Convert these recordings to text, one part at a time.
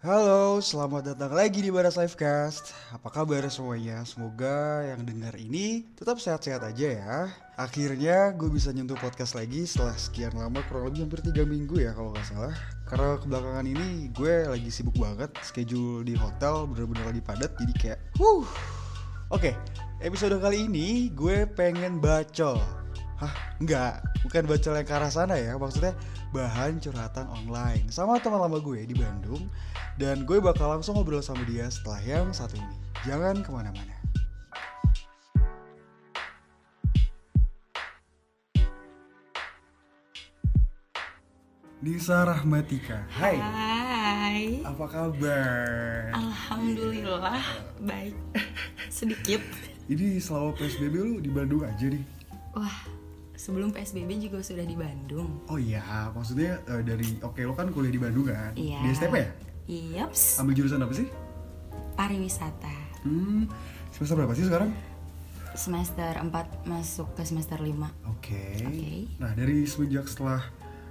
Halo, selamat datang lagi di Baras Livecast. Apa kabar semuanya? Semoga yang dengar ini tetap sehat-sehat aja ya. Akhirnya gue bisa nyentuh podcast lagi setelah sekian lama, kurang lebih hampir 3 minggu ya kalau nggak salah. Karena kebelakangan ini gue lagi sibuk banget, schedule di hotel bener-bener lagi padat, jadi kayak Oke, episode kali ini gue pengen bacol. Enggak, bukan bacol yang ke arah sana ya. Maksudnya bahan curhatan online sama teman lama gue di Bandung. Dan gue bakal langsung ngobrol sama dia setelah yang satu ini. Jangan kemana-mana. Nisa Rahmatika. Hai. Hai. Apa kabar? Alhamdulillah baik. Sedikit. Ini selama PSBB lu di Bandung aja nih? Wah, sebelum PSBB juga sudah di Bandung. Oh iya, maksudnya lo kan kuliah di Bandung kan? Iya. Di STP ya? Yaps. Ambil jurusan apa sih? Pariwisata. Semester berapa sih sekarang? Semester 4 masuk ke semester 5. Oke. Oke. Nah, dari sebelum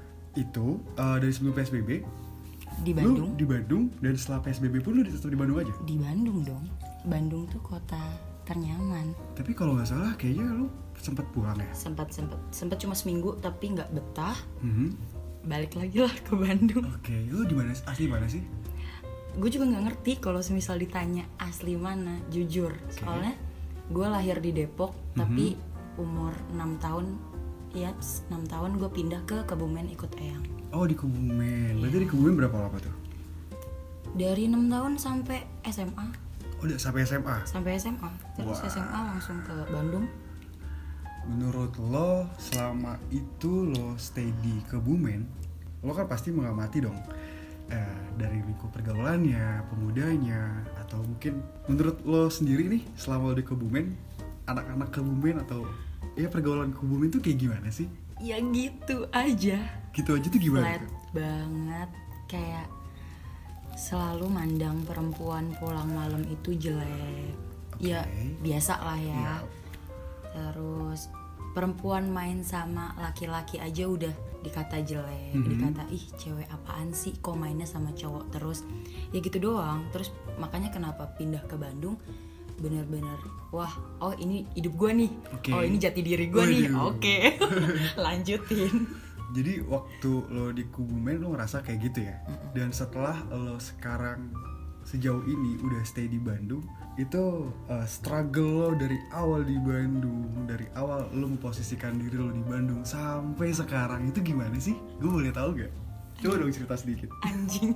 PSBB Di Bandung. lu di Bandung, dan setelah PSBB pun lu tetap di Bandung aja? Di Bandung dong. Bandung tuh kota ternyaman. Tapi kalau nggak salah kayaknya lu sempat pulang ya? Sempat cuma seminggu tapi nggak betah. Balik lagi lah ke Bandung. Oke, lu di mana? Asli mana sih? Gue juga nggak ngerti kalau semisal ditanya asli mana, jujur. Soalnya gue lahir di Depok, tapi umur 6 tahun, 6 tahun gue pindah ke Kebumen ikut eyang. Oh, di Kebumen. Berarti di Kebumen berapa lama tuh? Dari 6 tahun sampai SMA. Oh, udah sampai SMA? Sampai SMA. Terus Wah. SMA langsung ke Bandung. Menurut lo, selama itu lo stay di Kebumen, lo kan pasti mengamati dong dari lingkup pergaulannya, pemudanya, atau mungkin menurut lo sendiri nih, selama lo di Kebumen, anak-anak Kebumen atau ya pergaulan Kebumen tuh kayak gimana sih? Ya gitu aja. Gitu aja tuh gimana Flat tuh? banget. Kayak selalu mandang perempuan pulang malam itu jelek. Ya biasa lah ya. Iya. Terus perempuan main sama laki-laki aja udah dikata jelek, dikata ih cewek apaan sih kok mainnya sama cowok terus. Ya gitu doang. Terus makanya kenapa pindah ke Bandung, bener-bener wah, oh ini hidup gue nih. Oke. Oh ini jati diri gue nih. Waduh. Oke. Lanjutin. Jadi waktu lo di Kebumen lo ngerasa kayak gitu ya? Dan setelah lo sekarang sejauh ini udah stay di Bandung, itu struggle lo dari awal di Bandung, dari awal lo memposisikan diri lo di Bandung sampai sekarang itu gimana sih? Gue boleh tahu gak? Coba dong cerita sedikit. Anjing.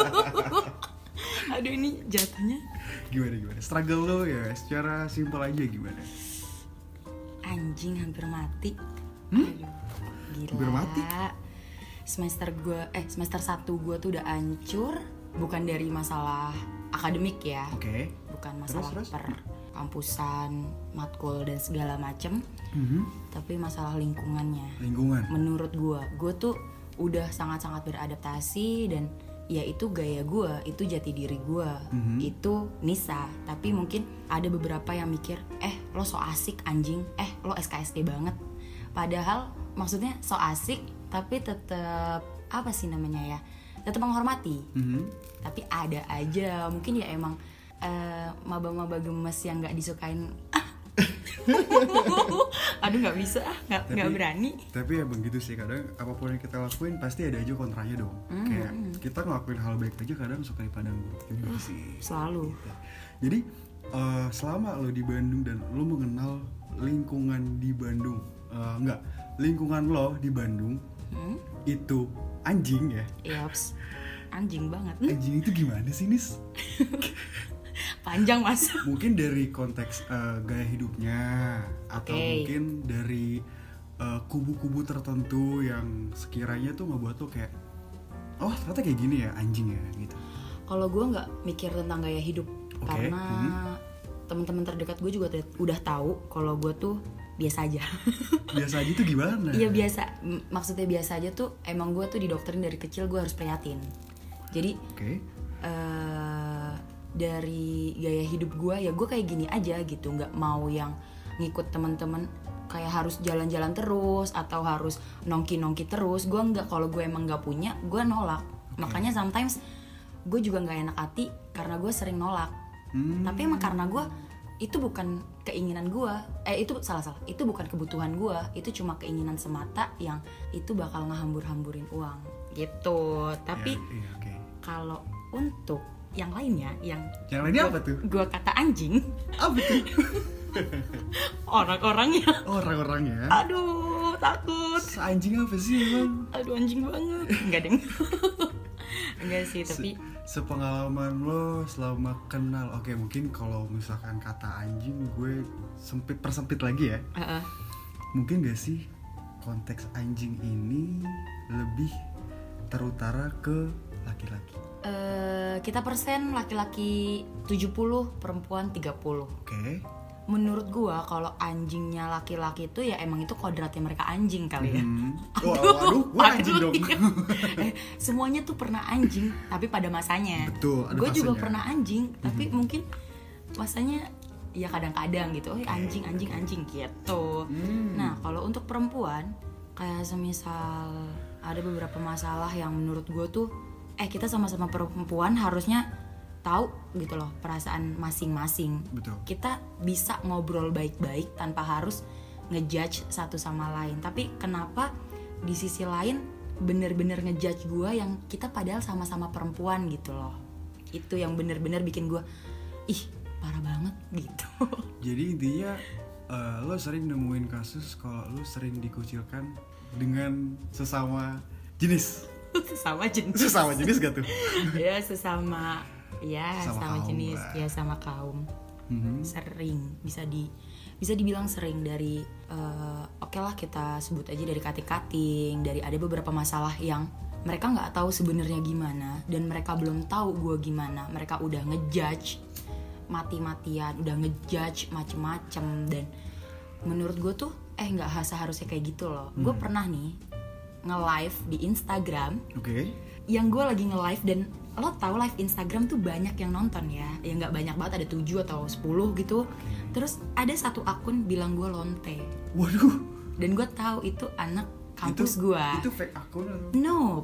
Aduh ini jatuhnya Gimana? Struggle lo ya secara simpel aja gimana? anjing hampir mati. Aduh, gila. Hampir mati? Semester 1 gue tuh udah hancur, bukan dari masalah akademik ya. Oke. Bukan masalah Terus? per kampusan, matkul dan segala macem, tapi masalah lingkungannya. Lingkungan. Menurut gue tuh udah sangat-sangat beradaptasi dan ya itu gaya gue, itu jati diri gue, itu Nisa. Tapi mungkin ada beberapa yang mikir, lo so asik anjing, lo SKSD banget. Padahal maksudnya so asik tapi tetap apa sih namanya ya, tetap menghormati. Tapi ada aja mungkin ya emang maba-maba gemes yang nggak disukain. Aduh nggak bisa, nggak berani. Tapi emang gitu sih, kadang apapun yang kita lakuin pasti ada aja kontranya dong. Kayak kita ngelakuin hal baik aja kadang suka dipandang buruk juga sih. Selalu. Gitu. Jadi selama lo di Bandung dan lo mengenal lingkungan di Bandung, lingkungan lo di Bandung itu anjing ya? Yaps, anjing banget. Anjing itu gimana sih, Nis? Panjang mas. Mungkin dari konteks gaya hidupnya, atau mungkin dari kubu-kubu tertentu yang sekiranya tuh ngebuat lo kayak, oh ternyata kayak gini ya anjing ya gitu. Kalau gue nggak mikir tentang gaya hidup, karena teman-teman terdekat gue juga udah tahu kalau gue tuh biasa aja. Biasa aja tuh gimana? Iya biasa, maksudnya biasa aja tuh emang gue tuh didoktrin dari kecil gue harus prihatin. Jadi dari gaya hidup gue ya gue kayak gini aja gitu, nggak mau yang ngikut teman-teman kayak harus jalan-jalan terus atau harus nongki-nongki terus. Gue nggak, kalau gue emang nggak punya gue nolak. Makanya sometimes gue juga nggak enak hati karena gue sering nolak. Tapi emang karena gue itu bukan keinginan gue, itu salah itu bukan kebutuhan gue, itu cuma keinginan semata yang itu bakal ngehambur-hamburin uang gitu. Tapi okay. Kalau untuk yang lainnya, yang lainnya apa tuh? Gue kata anjing. Apa tuh? Orang-orangnya. Aduh, takut. Anjing apa sih emang? Aduh, anjing banget. Enggak deng. Enggak sih, tapi sepengalaman lo selama kenal, oke, mungkin kalau misalkan kata anjing gue persempit lagi ya. Mungkin gak sih konteks anjing ini lebih terutara ke laki-laki? Kita persen laki-laki 70, perempuan 30. Oke. Menurut gua kalau anjingnya laki-laki itu ya emang itu kodratnya mereka anjing kali ya. Waduh, gua anjing dong. Semuanya tuh pernah anjing, tapi pada masanya. Betul, ada Gue juga masanya. pernah anjing, tapi mungkin masanya ya kadang-kadang gitu. Anjing gitu. Nah, kalau untuk perempuan kayak semisal ada beberapa masalah yang menurut gue tuh kita sama-sama perempuan harusnya tahu gitu loh perasaan masing-masing. Betul. Kita bisa ngobrol baik-baik tanpa harus ngejudge satu sama lain. Tapi kenapa di sisi lain bener-bener ngejudge gue yang kita padahal sama-sama perempuan gitu loh. Itu yang bener-bener bikin gue parah banget gitu. Jadi intinya lo sering nemuin kasus kalau lo sering dikucilkan dengan sesama jenis. Sesama jenis gak tuh? Ya sesama jenis lah. ya, sama kaum. Sering bisa dibilang sering dari oke lah kita sebut aja dari cutting, dari ada beberapa masalah yang mereka nggak tahu sebenarnya gimana dan mereka belum tahu gue gimana, mereka udah ngejudge mati-matian, udah ngejudge macem-macem. Dan menurut gue tuh nggak seharusnya kayak gitu loh. Gue pernah nih nge-live di Instagram. Yang gue lagi nge-live dan lo tau live Instagram tuh banyak yang nonton ya nggak banyak banget, ada 7 atau 10 gitu. Terus ada satu akun bilang gue lonte. Waduh. Dan gue tahu itu anak kampus gue. Itu fake akun atau? No,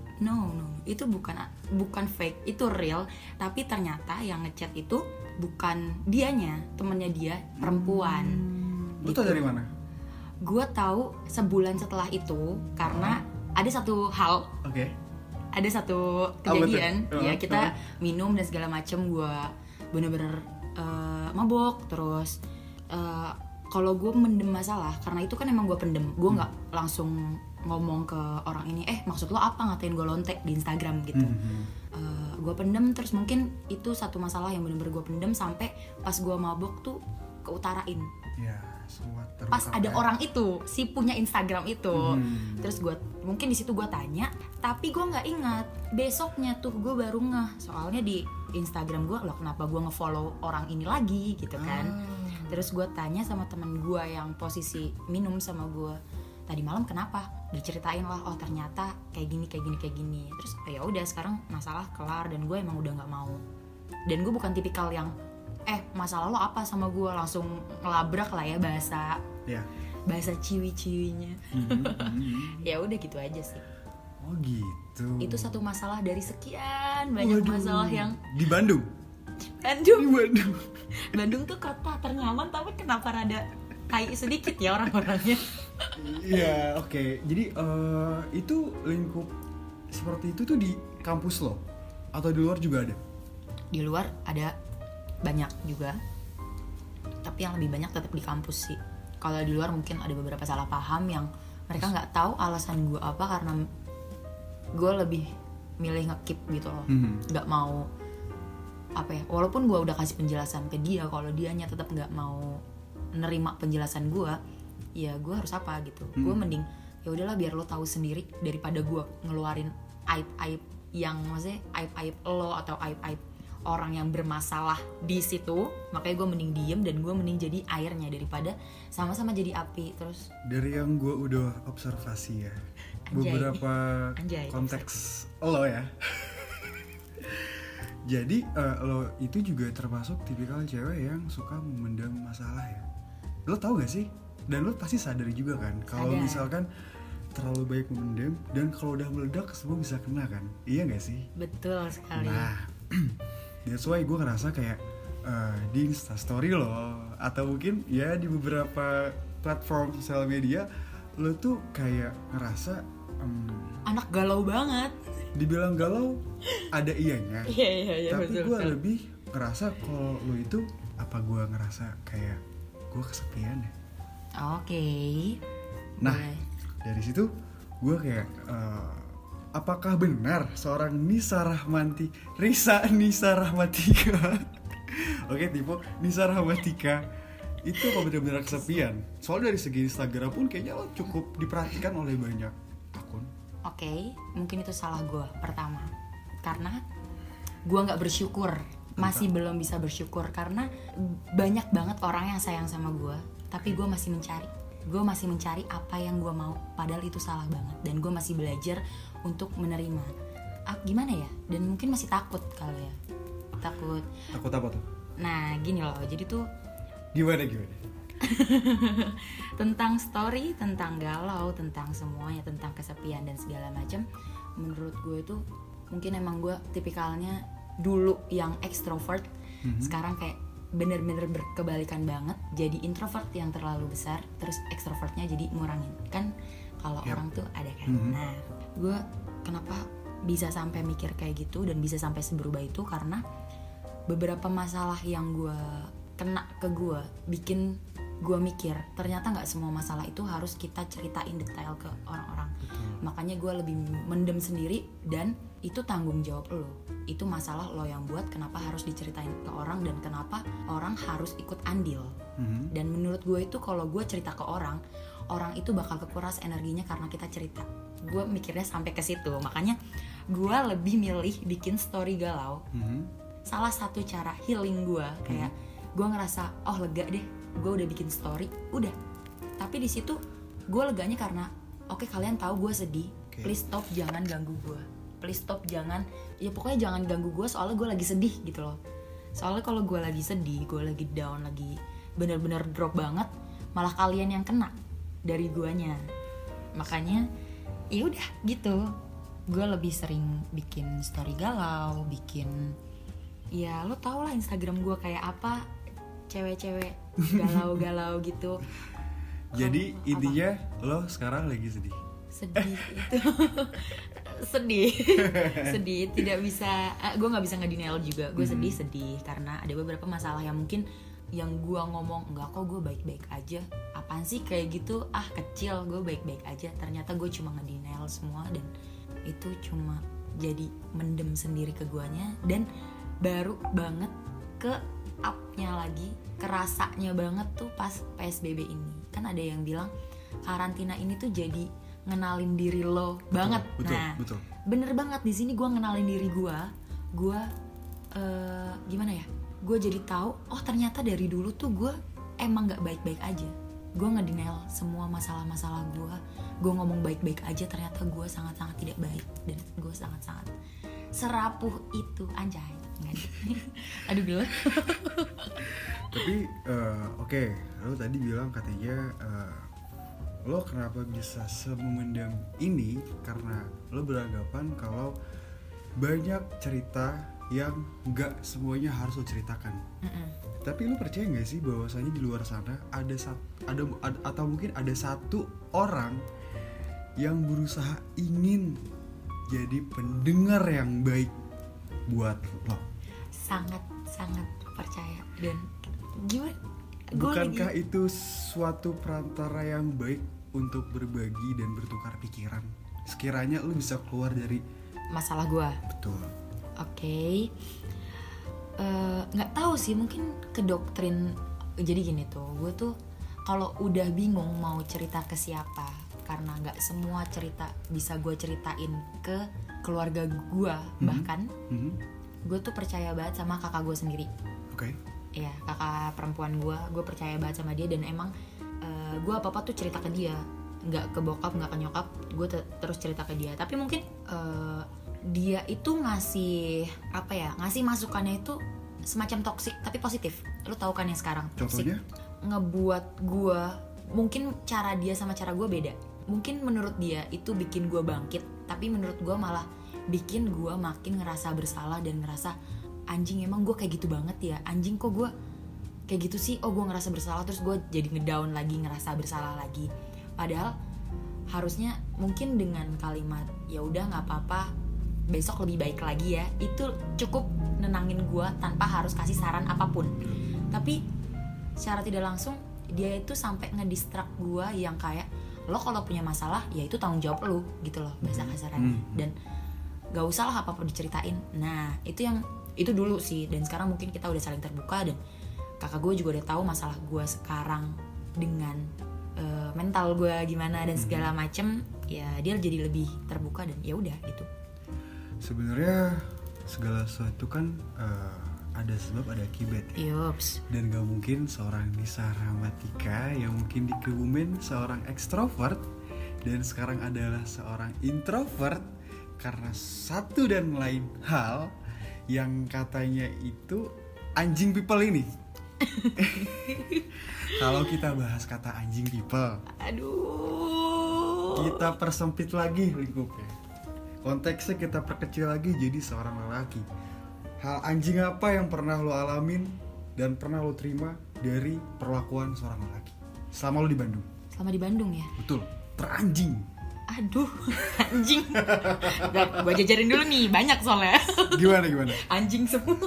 itu bukan fake, itu real. Tapi ternyata yang ngechat itu bukan dianya, temennya dia perempuan. Lo tau dari mana? Gue tahu sebulan setelah itu karena ada satu hal. Ada satu kejadian ya, kita minum dan segala macem, gue bener-bener mabok. Terus kalau gue mendem masalah, karena itu kan emang gue pendem, gue nggak langsung ngomong ke orang ini maksud lo apa ngatain gue lonte di Instagram gitu. Gue pendem, terus mungkin itu satu masalah yang bener-bener gue pendem sampai pas gue mabok tuh keutarain. Pas ada orang itu, si punya Instagram itu. Terus gue mungkin di situ gue tanya, tapi gue nggak ingat. Besoknya tuh gue baru ngeh, soalnya di Instagram gue loh kenapa gue ngefollow orang ini lagi gitu kan. Terus gue tanya sama temen gue yang posisi minum sama gue, tadi malam kenapa? Diceritain lah, oh ternyata kayak gini. Terus ya udah, sekarang masalah kelar dan gue emang udah nggak mau. Dan gue bukan tipikal yang masalah lo apa sama gue, langsung ngelabrak lah ya bahasa ciwi-ciwinya. Ya udah gitu aja sih. Oh gitu. Itu satu masalah dari sekian banyak masalah yang di Bandung. Bandung tuh kota ternyaman, tapi kenapa rada kayak sedikit ya orang-orangnya. Iya, oke. Jadi itu lingkup seperti itu tuh di kampus lo atau di luar juga ada? Di luar ada banyak juga, tapi yang lebih banyak tetap di kampus sih. Kalau di luar mungkin ada beberapa salah paham yang mereka nggak tahu alasan gue apa, karena gue lebih milih nge-keep gitu loh, nggak mau walaupun gue udah kasih penjelasan ke dia, kalau dianya tetap nggak mau nerima penjelasan gue, ya gue harus apa gitu. Gue mending ya udahlah biar lo tahu sendiri daripada gue ngeluarin aib-aib yang maksudnya aib-aib lo atau aib-aib orang yang bermasalah di situ. Makanya gue mending diem dan gue mending jadi airnya daripada sama-sama jadi api. Terus dari yang gue udah observasi ya, beberapa konteks lo ya. Jadi lo itu juga termasuk tipikal cewek yang suka memendam masalah ya. Lo tau gak sih? Dan lo pasti sadari juga kan kalau misalkan terlalu banyak memendam, dan kalau udah meledak semua bisa kena kan, iya nggak sih? Betul sekali. Nah, that's why gue ngerasa kayak di Instastory lo, atau mungkin ya di beberapa platform sosial media, lo tuh kayak ngerasa anak galau banget. dibilang galau ada iyanya. Iya, Tapi betul, gue betul. lebih ngerasa kalau lo itu, apa gue ngerasa kayak gue kesepian ya. Oke. Nah, Boleh. dari situ gue kayak apakah benar seorang Nisa Rahmatika oke, tipe Nisa Rahmatika itu apa benar-benar kesepian? Soalnya dari segi Instagram pun kayaknya lo cukup diperhatikan oleh banyak akun. Oke, mungkin itu salah gue pertama. Karena gue nggak bersyukur, masih belum bisa bersyukur karena banyak banget orang yang sayang sama gue, tapi gue masih mencari apa yang gue mau, padahal itu salah banget, dan gue masih belajar untuk menerima. Gimana ya? Dan mungkin masih takut kali ya. Takut. Takut apa tuh? Nah, gini loh. Jadi tuh Gimana? tentang story, tentang galau, tentang semuanya, tentang kesepian dan segala macam. Menurut gue tuh mungkin emang gue tipikalnya dulu yang extrovert, sekarang kayak bener-bener berkebalikan banget, jadi introvert yang terlalu besar, terus extrovertnya jadi ngurangin. Kan kalau orang tuh ada kan. Nah, gue kenapa bisa sampai mikir kayak gitu dan bisa sampai seberubah itu karena beberapa masalah yang gue kena ke gue bikin gue mikir ternyata nggak semua masalah itu harus kita ceritain detail ke orang-orang. Makanya gue lebih mendem sendiri, dan itu tanggung jawab lo, itu masalah lo yang buat, kenapa harus diceritain ke orang dan kenapa orang harus ikut andil. Dan menurut gue itu kalau gue cerita ke orang itu bakal kekuras energinya karena kita cerita. Gue mikirnya sampai ke situ, makanya gue lebih milih bikin story galau. Salah satu cara healing gue, kayak gue ngerasa oh lega deh, gue udah bikin story, udah. Tapi di situ gue leganya karena oke, kalian tahu gue sedih, please stop, jangan ganggu gue, please stop, jangan, ya pokoknya jangan ganggu gue, soalnya gue lagi sedih gitu loh. Soalnya kalau gue lagi sedih, gue lagi down, lagi bener-bener drop banget, malah kalian yang kena dari guanya. Makanya ya udah gitu, gue lebih sering bikin story galau, bikin, ya lo tau lah Instagram gue kayak apa, cewek-cewek galau-galau gitu. Jadi intinya lo sekarang lagi sedih. Sedih itu sedih tidak bisa, gue nggak bisa ngedenial juga, gue sedih karena ada beberapa masalah yang mungkin yang gue ngomong enggak kok gue baik-baik aja, apaan sih kayak gitu, kecil, gue baik-baik aja, ternyata gue cuma ngedenial semua, dan itu cuma jadi mendem sendiri ke guanya. Dan baru banget ke up-nya lagi, kerasanya banget tuh pas PSBB ini. Kan ada yang bilang karantina ini tuh jadi ngenalin diri lo banget. Betul. Bener banget, di sini gue ngenalin diri gue gimana ya, gue jadi tahu oh ternyata dari dulu tuh gue emang nggak baik-baik aja. Gue ngedenial semua masalah-masalah gue ngomong baik-baik aja, ternyata gue sangat-sangat tidak baik, dan gue sangat-sangat serapuh itu, anjay. Aduh gila. Tapi oke, lo tadi bilang katanya lo kenapa bisa sememendam ini karena lo beranggapan kalau banyak cerita yang nggak semuanya harus lo ceritakan. Tapi lo percaya nggak sih bahwasanya di luar sana ada atau mungkin ada satu orang yang berusaha ingin jadi pendengar yang baik buat lo? Sangat percaya. Dan gimana? Bukankah itu suatu perantara yang baik untuk berbagi dan bertukar pikiran? Sekiranya lu bisa keluar dari masalah gue. Betul. Oke. Nggak tahu sih, mungkin ke doktrin. Jadi gini tuh, gue tuh kalau udah bingung mau cerita ke siapa, karena nggak semua cerita bisa gue ceritain ke keluarga gue, bahkan gue tuh percaya banget sama kakak gue sendiri. Oke. Ya, kakak perempuan gue percaya banget sama dia, dan emang gue apa-apa tuh cerita ke dia, nggak ke bokap, nggak ke nyokap, gue terus cerita ke dia. Tapi mungkin dia itu ngasih apa ya, ngasih masukannya itu semacam toksik tapi positif. Lo tau kan yang sekarang toksik Contohnya? ngebuat gue, mungkin cara dia sama cara gue beda. mungkin menurut dia itu bikin gue bangkit, tapi menurut gue malah bikin gue makin ngerasa bersalah dan ngerasa anjing emang gue kayak gitu banget ya, anjing kok gue kayak gitu sih, oh gue ngerasa bersalah, terus gue jadi ngedown lagi, ngerasa bersalah lagi. Padahal harusnya mungkin dengan kalimat ya udah nggak apa-apa, besok lebih baik lagi ya, itu cukup nenangin gue tanpa harus kasih saran apapun. Tapi secara tidak langsung dia itu sampai ngedistract gue yang kayak lo kalau punya masalah ya itu tanggung jawab lo gitu loh, bahasa kasarannya, dan gak usah lah apa-apa diceritain. Nah itu dulu sih, dan sekarang mungkin kita udah saling terbuka dan kakak gue juga udah tahu masalah gue sekarang dengan mental gue gimana dan segala macem, ya dia jadi lebih terbuka dan ya udah gitu. Sebenarnya segala sesuatu kan ada sebab ada akibat ya. Yups. Dan gak mungkin seorang Nisa Rahmatika yang mungkin di Kebumen seorang ekstrovert dan sekarang adalah seorang introvert karena satu dan lain hal yang katanya itu anjing people ini. Kalau kita bahas kata anjing people, Aduh, kita persempit lagi lingkupnya. Konteksnya kita perkecil lagi jadi seorang lelaki. Hal anjing apa yang pernah lo alamin dan pernah lo terima dari perlakuan seorang lelaki selama lo di Bandung? selama di Bandung ya. Betul, teranjing. Aduh, anjing. Gue jajarin dulu nih, banyak soalnya. Gimana? Anjing semua.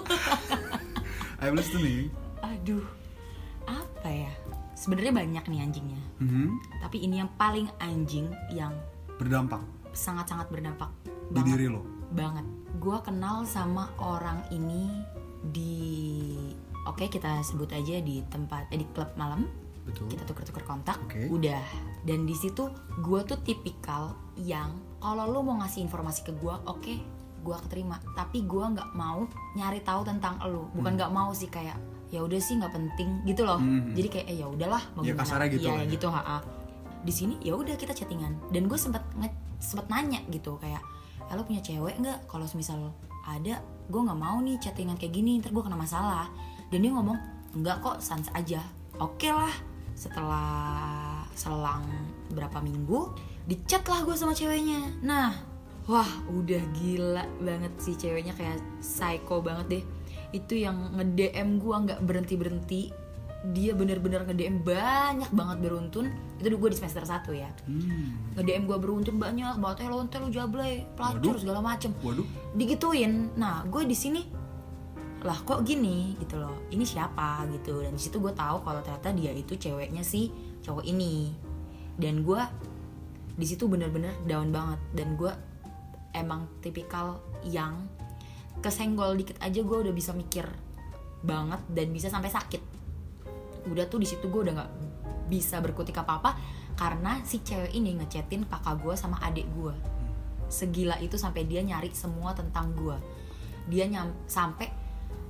I'm listening. Aduh, apa ya? Sebenarnya banyak nih anjingnya. Tapi ini yang paling anjing yang Berdampak sangat-sangat berdampak di banget. diri lo. Banget. Gue kenal sama orang ini di, oke, kita sebut aja di tempat di klub malam. Betul. Kita tuker-tuker kontak. Oke. Udah. Dan di situ gue tuh tipikal yang kalau lo mau ngasih informasi ke gue, oke, gue keterima. Tapi gue nggak mau nyari tahu tentang lo. Bukan nggak mau sih, kayak ya udah sih nggak penting gitu loh. Jadi kayak ya udahlah, mau Ya, gimana? kasarnya gitu ya lah ya. gitu, Di sini ya udah kita chattingan. Dan gue sempet nanya gitu kayak, lo punya cewek nggak? Kalau misal ada, gue nggak mau nih chattingan kayak gini, ntar gue kena masalah. Dan dia ngomong enggak kok, sans aja. Oke lah. Setelah selang berapa minggu, dicat lah gue sama ceweknya. Nah, wah udah gila banget sih ceweknya, kayak psycho banget deh. Itu yang nge-DM gue gak berhenti-berhenti. Dia bener-bener nge-DM banyak banget beruntun. Itu gue di semester 1 ya. Nge-DM gue beruntun banyak banget, lonte lu jablay, pelacur segala macem. Waduh. Digituin. Nah, gue di sini lah kok gini gitu loh, ini siapa gitu. Dan di situ gue tahu kalau ternyata dia itu ceweknya si cowok ini. Dan gue di situ bener-bener down banget. Dan gue emang tipikal yang kesenggol dikit aja gue udah bisa mikir banget dan bisa sampai sakit. Udah tuh di situ gue udah nggak bisa berkutik apa-apa karena si cewek ini ngechatin kakak gue sama adik gue. Segila itu sampai dia nyari semua tentang gue. Dia sampai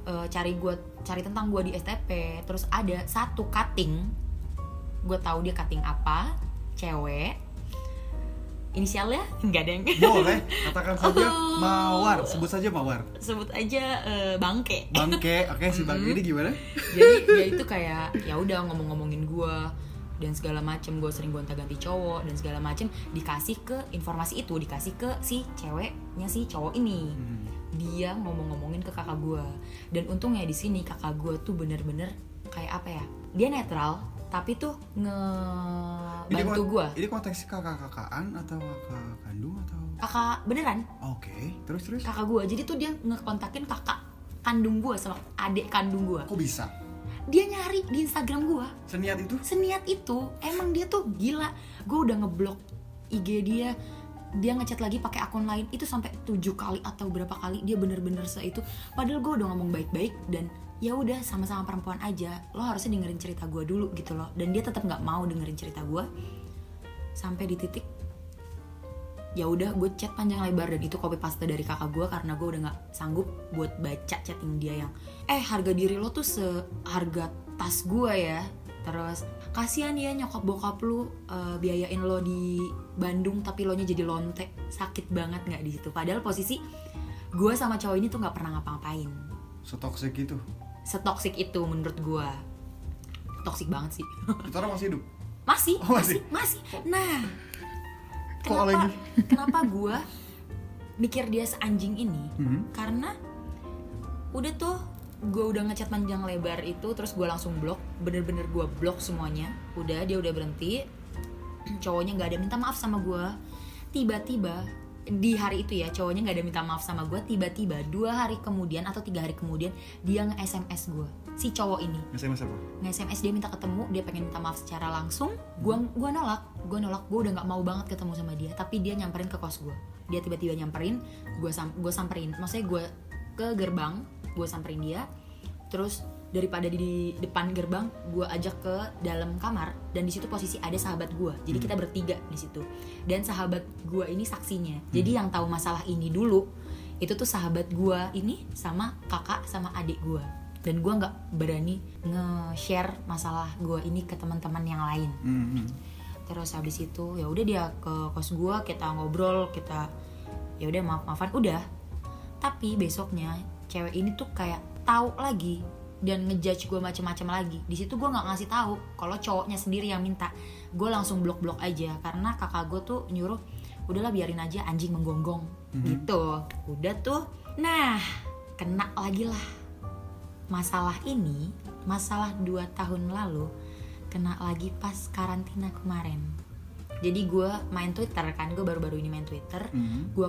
cari tentang gue di STP. Terus ada satu cutting, gue tahu dia cutting apa, cewek, inisialnya nggak ada yang Boleh, katakan saja Mawar, sebut saja Mawar. sebut aja Bangke. Oke, si Bangke ini gimana? Jadi dia itu kayak ya udah ngomongin gue dan segala macem, gue sering gonta-ganti cowok dan segala macem, dikasih ke informasi itu, dikasih ke si ceweknya si cowok ini. Dia ngomongin ke kakak gue. Dan untungnya di sini kakak gue tuh bener-bener kayak apa ya, dia netral tapi tuh ngebantu gue. Ini konteksnya kakak-kakaan atau kakak kandung atau? Kakak beneran. Oke, terus. Kakak gue, jadi tuh dia ngekontakin kakak kandung gue sama adik kandung gue. Kok bisa? Dia nyari di Instagram gue. Seniat itu? Emang dia tuh gila. Gue udah ngeblok IG dia. Dia ngechat lagi pakai akun lain. Itu sampai 7 kali atau berapa kali. Dia bener-bener itu. Padahal gue udah ngomong baik-baik dan ya udah sama-sama perempuan aja. Lo harusnya dengerin cerita gue dulu gitu loh. Dan dia tetap nggak mau dengerin cerita gue. Sampai di titik ya udah gue chat panjang lebar dan itu copy paste dari kakak gue karena gue udah nggak sanggup buat baca chatting dia yang harga diri lo tuh seharga tas gue ya. Terus kasihan ya nyokap bokap lu biayain lo di Bandung tapi lo nya jadi lonte, sakit banget nggak di situ. Padahal posisi gue sama cowok ini tuh nggak pernah ngapa-ngapain. Setoksik itu? Setoksik itu menurut gue. Toksik banget sih. Itu orang masih hidup? Masih. Oh, masih. Nah Kenapa gue mikir dia seanjing ini? Karena udah tuh gue udah ngechat panjang lebar itu, terus gue langsung blok, bener-bener gue blok semuanya. Udah, dia udah berhenti, cowoknya nggak ada minta maaf sama gue. Tiba-tiba di hari itu ya, cowoknya nggak ada minta maaf sama gue. Tiba-tiba 2 hari kemudian atau 3 hari kemudian dia nge-SMS gue, si cowok ini. SMS apa? Nge-SMS, dia minta ketemu, dia pengen minta maaf secara langsung. Gue nolak, gue udah nggak mau banget ketemu sama dia. Tapi dia nyamperin ke kos gue. Dia tiba-tiba nyamperin, gue samperin. Maksudnya gue ke gerbang, gue samperin dia. Terus daripada di depan gerbang, gue ajak ke dalam kamar. Dan di situ posisi ada sahabat gue. Jadi kita bertiga di situ. Dan sahabat gue ini saksinya. Jadi yang tahu masalah ini dulu itu tuh sahabat gue ini sama kakak sama adik gue. Dan gue nggak berani nge-share masalah gue ini ke teman-teman yang lain. Terus habis itu ya udah dia ke kos gue, kita ngobrol, kita ya udah maaf-maafan udah. Tapi besoknya cewek ini tuh kayak tahu lagi dan ngejudge gue macem-macem lagi. Di situ gue nggak ngasih tahu kalau cowoknya sendiri yang minta. Gue langsung blok aja karena kakak gue tuh nyuruh udahlah biarin aja anjing menggonggong gitu. Udah tuh, nah kena lagi lah masalah ini. Masalah 2 tahun lalu kena lagi pas karantina kemarin. Jadi gue main Twitter kan, gue baru-baru ini main Twitter. Gue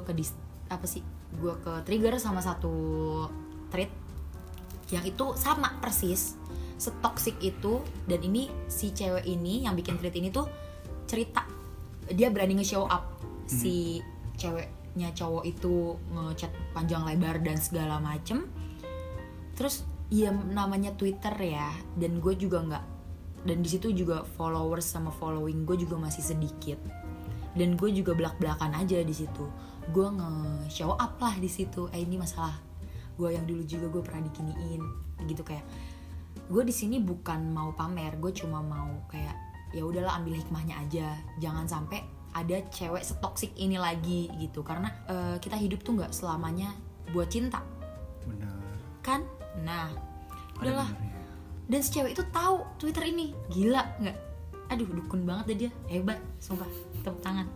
gue ke trigger sama satu thread yang itu sama persis setoksik itu. Dan ini si cewek ini yang bikin thread ini tuh cerita dia berani nge-show up si ceweknya cowok itu ngechat panjang lebar dan segala macem. Terus ya namanya Twitter ya, dan gue juga nggak, dan di situ juga followers sama following gue juga masih sedikit, dan gue juga belak-belakan aja di situ. Gue nge-show up lah di situ. Ini masalah gue yang dulu juga gue pernah diginiin gitu. Kayak gue di sini bukan mau pamer, gue cuma mau kayak ya udahlah ambil hikmahnya aja, jangan sampai ada cewek setoksik ini lagi gitu. Karena kita hidup tuh nggak selamanya buat cinta. Benar kan? Nah udahlah. Dan si cewek itu tahu Twitter ini, gila nggak? Aduh dukun banget deh dia, hebat sumpah, tepuk tangan.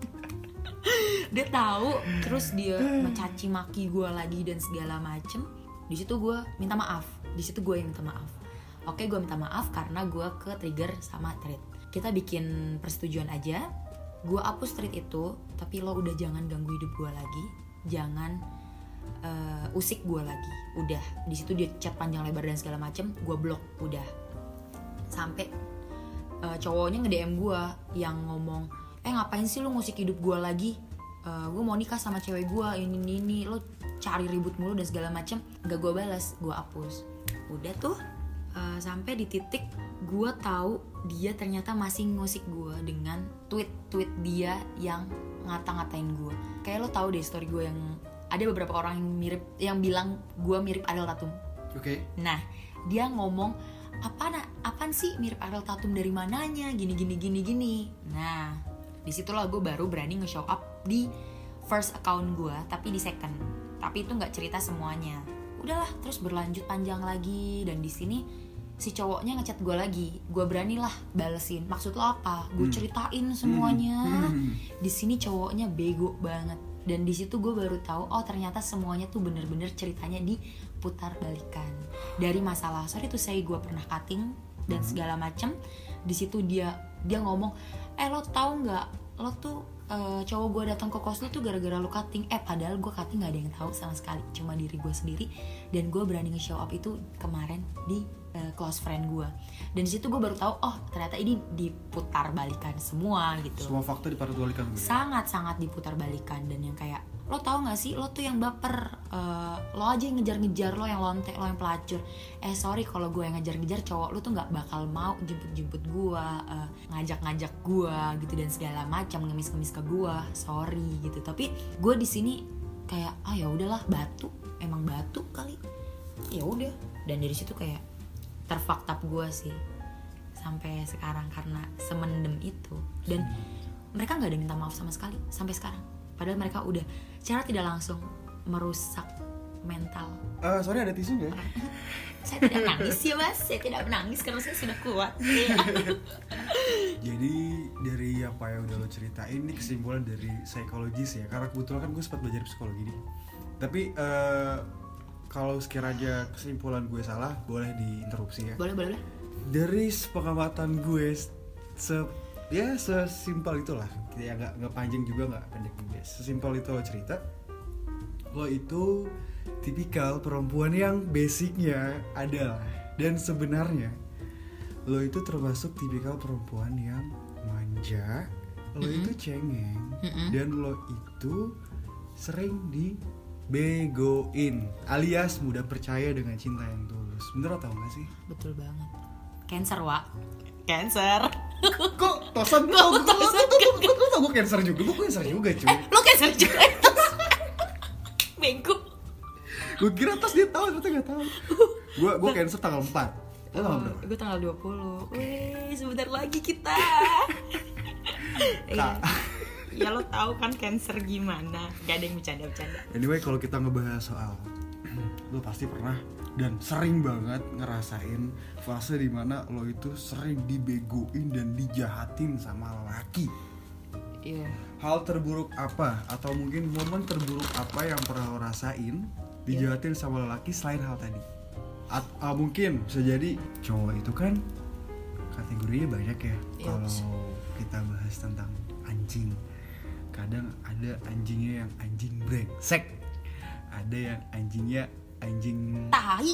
Dia tahu, terus dia mencaci maki gue lagi dan segala macem. Di situ gue minta maaf. Di situ gue yang minta maaf. Oke, gue minta maaf karena gue ke trigger sama thread. Kita bikin persetujuan aja. Gue hapus thread itu, tapi lo udah jangan ganggu hidup gue lagi. Jangan usik gue lagi. Udah. Di situ dia chat panjang lebar dan segala macem. Gue blok. Udah. Sampai cowoknya nge-DM gue yang ngomong, ngapain sih lu ngusik hidup gue lagi? Gue mau nikah sama cewek gue, ini lo cari ribut mulu dan segala macem. Gak gue balas, gue hapus. Udah tuh sampai di titik gue tahu dia ternyata masih ngusik gue dengan tweet dia yang ngata-ngatain gue. Kayak lo tahu deh story gue yang ada beberapa orang yang mirip, yang bilang gue mirip Ariel Tatum. Oke. Nah dia ngomong, apaan sih mirip Ariel Tatum dari mananya, gini. Nah disitulah gue baru berani nge-show up di first account gue, tapi di second. Tapi itu nggak cerita semuanya. Udahlah, terus berlanjut panjang lagi. Dan di sini si cowoknya ngechat gue lagi. Gue beranilah balesin. Maksud lo apa? Gue ceritain semuanya. Di sini cowoknya bego banget. Dan di situ gue baru tahu, oh ternyata semuanya tuh bener-bener ceritanya diputar balikan. Dari masalah, sorry tuh saya gue pernah cutting dan segala macem. Di situ dia ngomong, lo tahu nggak? Lo tuh cowok gue datang ke kos lu tuh gara-gara lo cutting. Padahal gue cutting nggak ada yang tahu sama sekali, cuma diri gue sendiri. Dan gue berani nge-show up itu kemarin di close friend gue. Dan di situ gue baru tahu, oh ternyata ini diputar balikan semua gitu. Semua fakta diputar balikan. Sangat diputar balikan. Dan yang kayak, lo tau gak sih, lo tuh yang baper, lo aja yang ngejar-ngejar, lo yang lontek, lo yang pelacur. Sorry kalau gue yang ngejar-ngejar, cowok lo tuh gak bakal mau jemput gue, ngajak-ngajak gue gitu dan segala macam, ngemis-ngemis ke gue. Sorry gitu. Tapi gue di sini kayak, ya udahlah, batu, emang batu kali, ya udah. Dan dari situ kayak terfucked up gue sih sampai sekarang karena semendem itu. Dan mereka nggak ada minta maaf sama sekali sampai sekarang, padahal mereka udah secara tidak langsung merusak mental. Sorry, ada tisu nggak? Saya tidak nangis ya mas, saya tidak menangis karena saya sudah kuat. Jadi dari apa yang udah lo ceritain ini kesimpulan dari psikologis ya. Karena kebetulan kan gue sempat belajar psikologi nih. Tapi kalau sekiranya kesimpulan gue salah, boleh diinterupsi ya. Boleh. Dari pengamatan gue sesimpel itulah. Ya nggak panjang juga, nggak pendek juga. Sesimpel itu lo cerita. Lo itu tipikal perempuan yang basicnya adalah, dan sebenarnya lo itu termasuk tipikal perempuan yang manja, lo itu cengeng, dan lo itu sering dibegoin, alias mudah percaya dengan cinta yang tulus. Bener atau enggak sih? Betul banget. Cancer, Wak. Cancer. Kok tosan? Lo tau gue cancer juga? Gue cancer juga cuy. Lo Cancer juga. Bengku. Gue kira tas dia tahu, ternyata gak tahu. Gue cancer tanggal 4. Lo tanggal berapa? Gue tanggal 20. Wih, sebentar lagi kita. Ya lo tahu kan Cancer gimana. Gak ada yang bercanda-bercanda. Anyway, kalau kita ngebahas soal lo pasti pernah dan sering banget ngerasain fase dimana lo itu sering dibegoin dan dijahatin sama lelaki. Iya. Hal terburuk apa atau mungkin momen terburuk apa yang pernah lo rasain dijahatin sama lelaki selain hal tadi? Mungkin bisa jadi cowok itu kan kategorinya banyak ya. Kalau kita bahas tentang anjing, kadang ada anjingnya yang anjing brengsek, ada yang anjingnya anjing tai.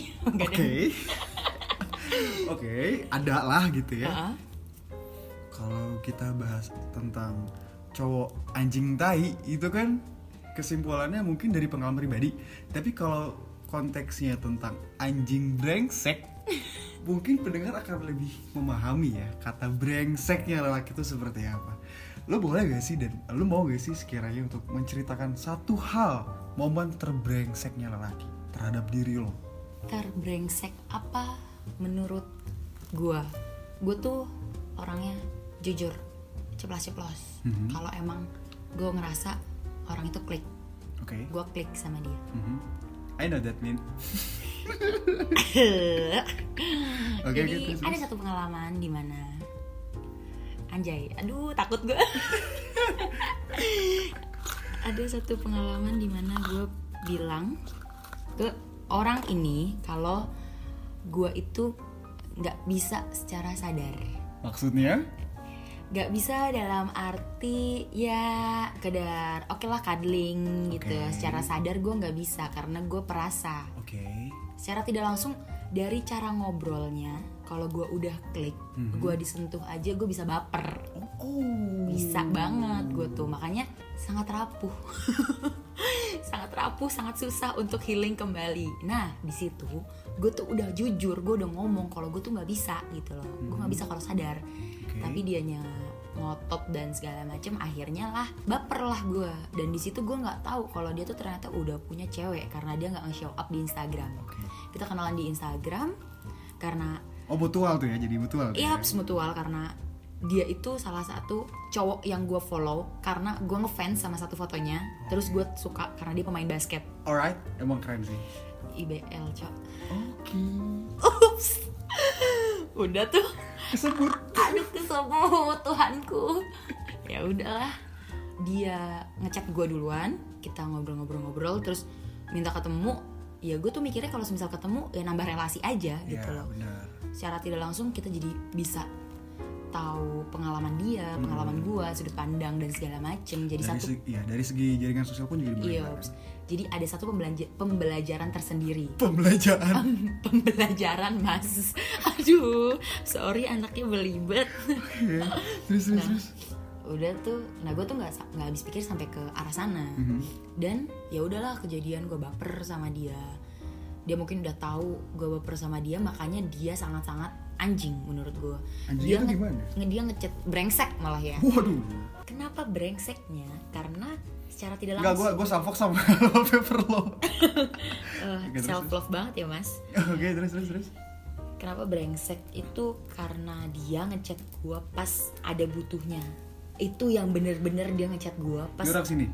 Oke, ada lah gitu ya. Kalau kita bahas tentang cowok anjing tai itu kan kesimpulannya mungkin dari pengalaman pribadi. Tapi kalau konteksnya tentang anjing brengsek, mungkin pendengar akan lebih memahami ya kata brengseknya lelaki itu seperti apa. Lo boleh gak sih, dan lo mau gak sih sekiranya untuk menceritakan satu hal momen terbrengseknya lelaki terhadap diri lo? Terbrengsek apa menurut gue? Gue tuh orangnya jujur, ceplas-ceplos. Kalau emang gue ngerasa orang itu klik, gue klik sama dia. I know that mean. Jadi ada satu pengalaman di mana, anjay, aduh takut gue. Ada satu pengalaman di mana gue bilang ke orang ini kalau gue itu nggak bisa secara sadar. Maksudnya? Gak bisa dalam arti ya kedar oke lah cuddling gitu. Secara sadar gue gak bisa karena gue perasa. Secara tidak langsung dari cara ngobrolnya, kalau gue udah klik, gue disentuh aja gue bisa baper. Bisa banget gue tuh, makanya sangat rapuh. Sangat rapuh, sangat susah untuk healing kembali. Nah di situ gue tuh udah jujur, gue udah ngomong kalau gue tuh nggak bisa gitu loh. Gue nggak bisa kalau sadar. Tapi dianya ngotot dan segala macem, akhirnya lah baper lah gue. Dan di situ gue nggak tahu kalau dia tuh ternyata udah punya cewek karena dia nggak nge-show up di Instagram. Kita kenalan di Instagram karena mutual tuh ya, jadi mutual. Iya, mutual karena dia itu salah satu cowok yang gue follow karena gue ngefans sama satu fotonya. Terus gue suka karena dia pemain basket. Alright, emang keren sih. IBL, cok. Ups. Udah tuh Kesebut. Aduh kesebut Tuhanku. Ya udahlah, dia ngechat gue duluan, kita ngobrol-ngobrol terus minta ketemu. Ya gue tuh mikirnya kalau misal ketemu ya nambah relasi aja gitu loh. Benar. Secara tidak langsung kita jadi bisa tahu pengalaman dia, pengalaman gue, sudut pandang dan segala macem. Jadi dari segi jaringan sosial pun juga banyak. Jadi ada satu pembelajaran tersendiri. Pembelajaran mas. Aduh, sorry anaknya belibet. Terus. Udah tuh, nah gue tuh nggak habis pikir sampai ke arah sana. Dan ya udahlah, kejadian gue baper sama dia. Dia mungkin udah tahu gue baper sama dia, makanya dia sangat-sangat anjing menurut gue. Dia gimana? Dia ngechat brengsek malah ya. Waduh. Kenapa brengseknya? Karena secara tidak langsung. Enggak, gue salfok sama wallpaper lo. Self love banget ya mas. Oke, terus. Kenapa brengsek itu? Karena dia ngechat gue pas ada butuhnya. Itu yang bener-bener dia ngechat gue pas. Dia orang sini?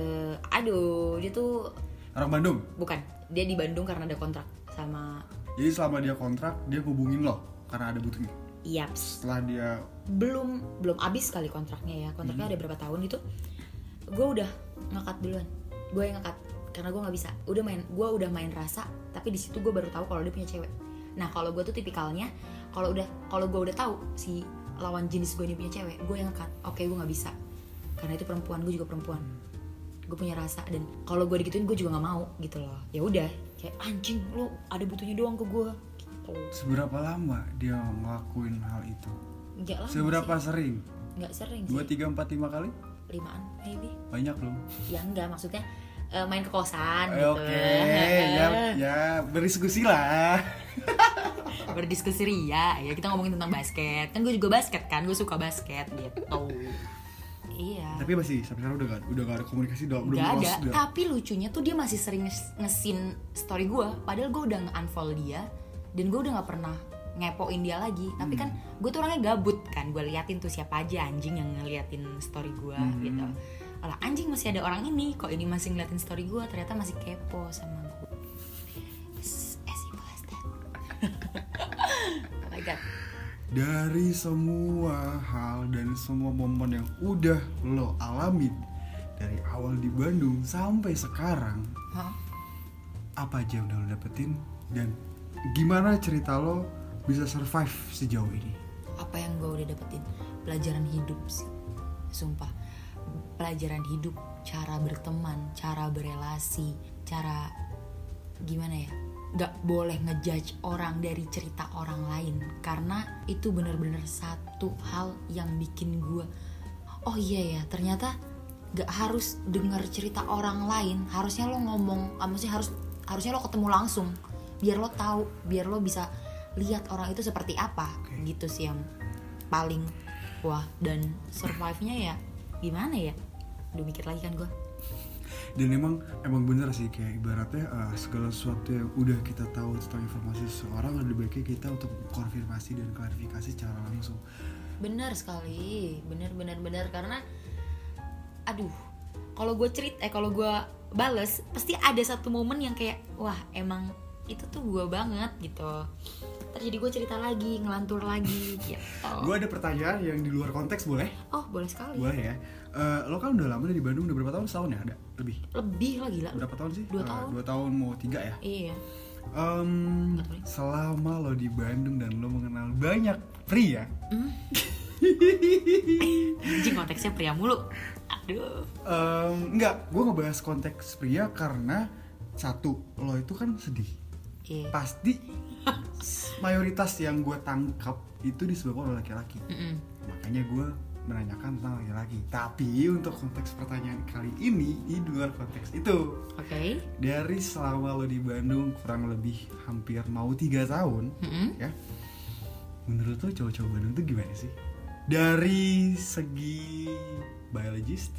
Dia tuh orang Bandung? Bukan, dia di Bandung karena ada kontrak sama. Jadi selama dia kontrak, dia hubungin lo karena ada butuhnya? Iya. Setelah dia belum abis kali kontraknya ya, kontraknya ada berapa tahun gitu, gue udah ngekat duluan, gue yang ngekat karena gue nggak bisa, gue udah main rasa, tapi di situ gue baru tahu kalau dia punya cewek. Nah kalau gue tuh tipikalnya kalau gue udah tahu si lawan jenis gue ini punya cewek, gue yang ngekat. Oke, gue nggak bisa karena itu perempuan, gue juga perempuan, gue punya rasa, dan kalau gue digituin gue juga nggak mau gitu loh. Ya udah kayak anjing, lo ada butuhnya doang ke gue gitu. Seberapa lama dia ngelakuin hal itu? Nggak lama Seberapa sih. sering? Nggak sering 2, sih, 3, 4, 5 kali? 5-an maybe. Banyak loh. Ya enggak, maksudnya main ke kosan gitu. Oke, ya berdiskusi lah. Berdiskusi ria ya, kita ngomongin tentang basket, kan gue juga basket kan, gue suka basket gitu. Iya. Tapi masih sampai sekarang udah gak ada komunikasi, udah Gak ada. lost, udah. Tapi lucunya tuh dia masih sering nge-scene story gue, padahal gue udah nge-unfollow dia dan gue udah nggak pernah ngepoin dia lagi. Tapi kan gue tuh orangnya gabut kan, gue liatin tuh siapa aja anjing yang ngeliatin story gue gitu. Alah anjing, masih ada orang ini kok, ini masih ngeliatin story gue, ternyata masih kepo sama gue. As simple as that. Oh my god. Dari semua hal dan semua momen yang udah lo alamin dari awal di Bandung sampai sekarang, apa aja yang udah lo dapetin dan gimana cerita lo bisa survive sejauh ini? Apa yang gue udah dapetin? Pelajaran hidup sih, sumpah. Pelajaran hidup, cara berteman, cara berelasi, cara gimana ya, gak boleh ngejudge orang dari cerita orang lain, karena itu benar-benar satu hal yang bikin gue, oh iya ya, ternyata gak harus dengar cerita orang lain, harusnya lo ngomong, maksudnya harusnya lo ketemu langsung, biar lo tahu, biar lo bisa lihat orang itu seperti apa. Gitu sih yang paling wah. Dan survive-nya ya gimana ya, udah mikir lagi kan gue. Dan emang bener sih, kayak ibaratnya segala sesuatu yang udah kita tahu tentang informasi seseorang, lebih baiknya kita untuk konfirmasi dan klarifikasi secara langsung. Benar sekali, benar karena aduh, kalau gue kalau gue bales pasti ada satu momen yang kayak wah emang itu tuh gue banget gitu. Terjadi gue cerita lagi, ngelantur lagi gitu. Gue ada pertanyaan yang di luar konteks, boleh? Oh boleh sekali. Boleh ya. Lo kan udah lama di Bandung, udah berapa tahun? Setahun ya? Ada? Lebih lah, gila. Berapa tahun sih? 2 tahun. 2 tahun mau 3 ya? Iya. Selama lo di Bandung dan lo mengenal banyak pria, Anjing, konteksnya pria mulu. Aduh. enggak, gue ngebahas konteks pria karena satu, lo itu kan sedih. Iya. Pasti mayoritas yang gue tangkap itu disebabkan oleh laki-laki. Makanya gue menanyakan tentang laki-laki. Tapi untuk konteks pertanyaan kali ini di luar konteks itu. Oke. Dari selama lo di Bandung kurang lebih hampir mau 3 tahun, ya. Menurut lo cowok-cowok Bandung tuh gimana sih? Dari segi biologist,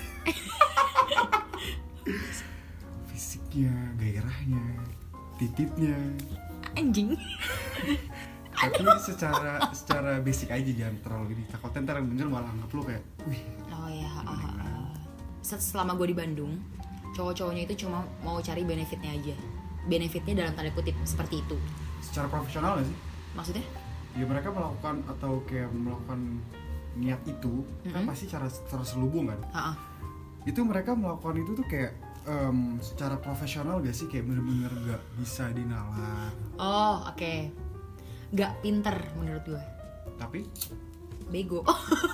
fisiknya, gairahnya, titipnya. Anjing. Tapi secara basic aja, jangan terlalu gini. Takutnya ntar yang denger malah anggap lo kayak, wih. Oh ya. Selama gue di Bandung, cowok-cowoknya itu cuma mau cari benefitnya aja. Benefitnya dalam tanda kutip seperti itu. Secara profesional gak sih? Maksudnya? Ya mereka melakukan atau kayak melakukan niat itu kan pasti secara terselubung kan. Itu mereka melakukan itu tuh kayak secara profesional gak sih, kayak bener-bener gak bisa dinalar. Oh oke. Gak pinter menurut gue. Tapi bego.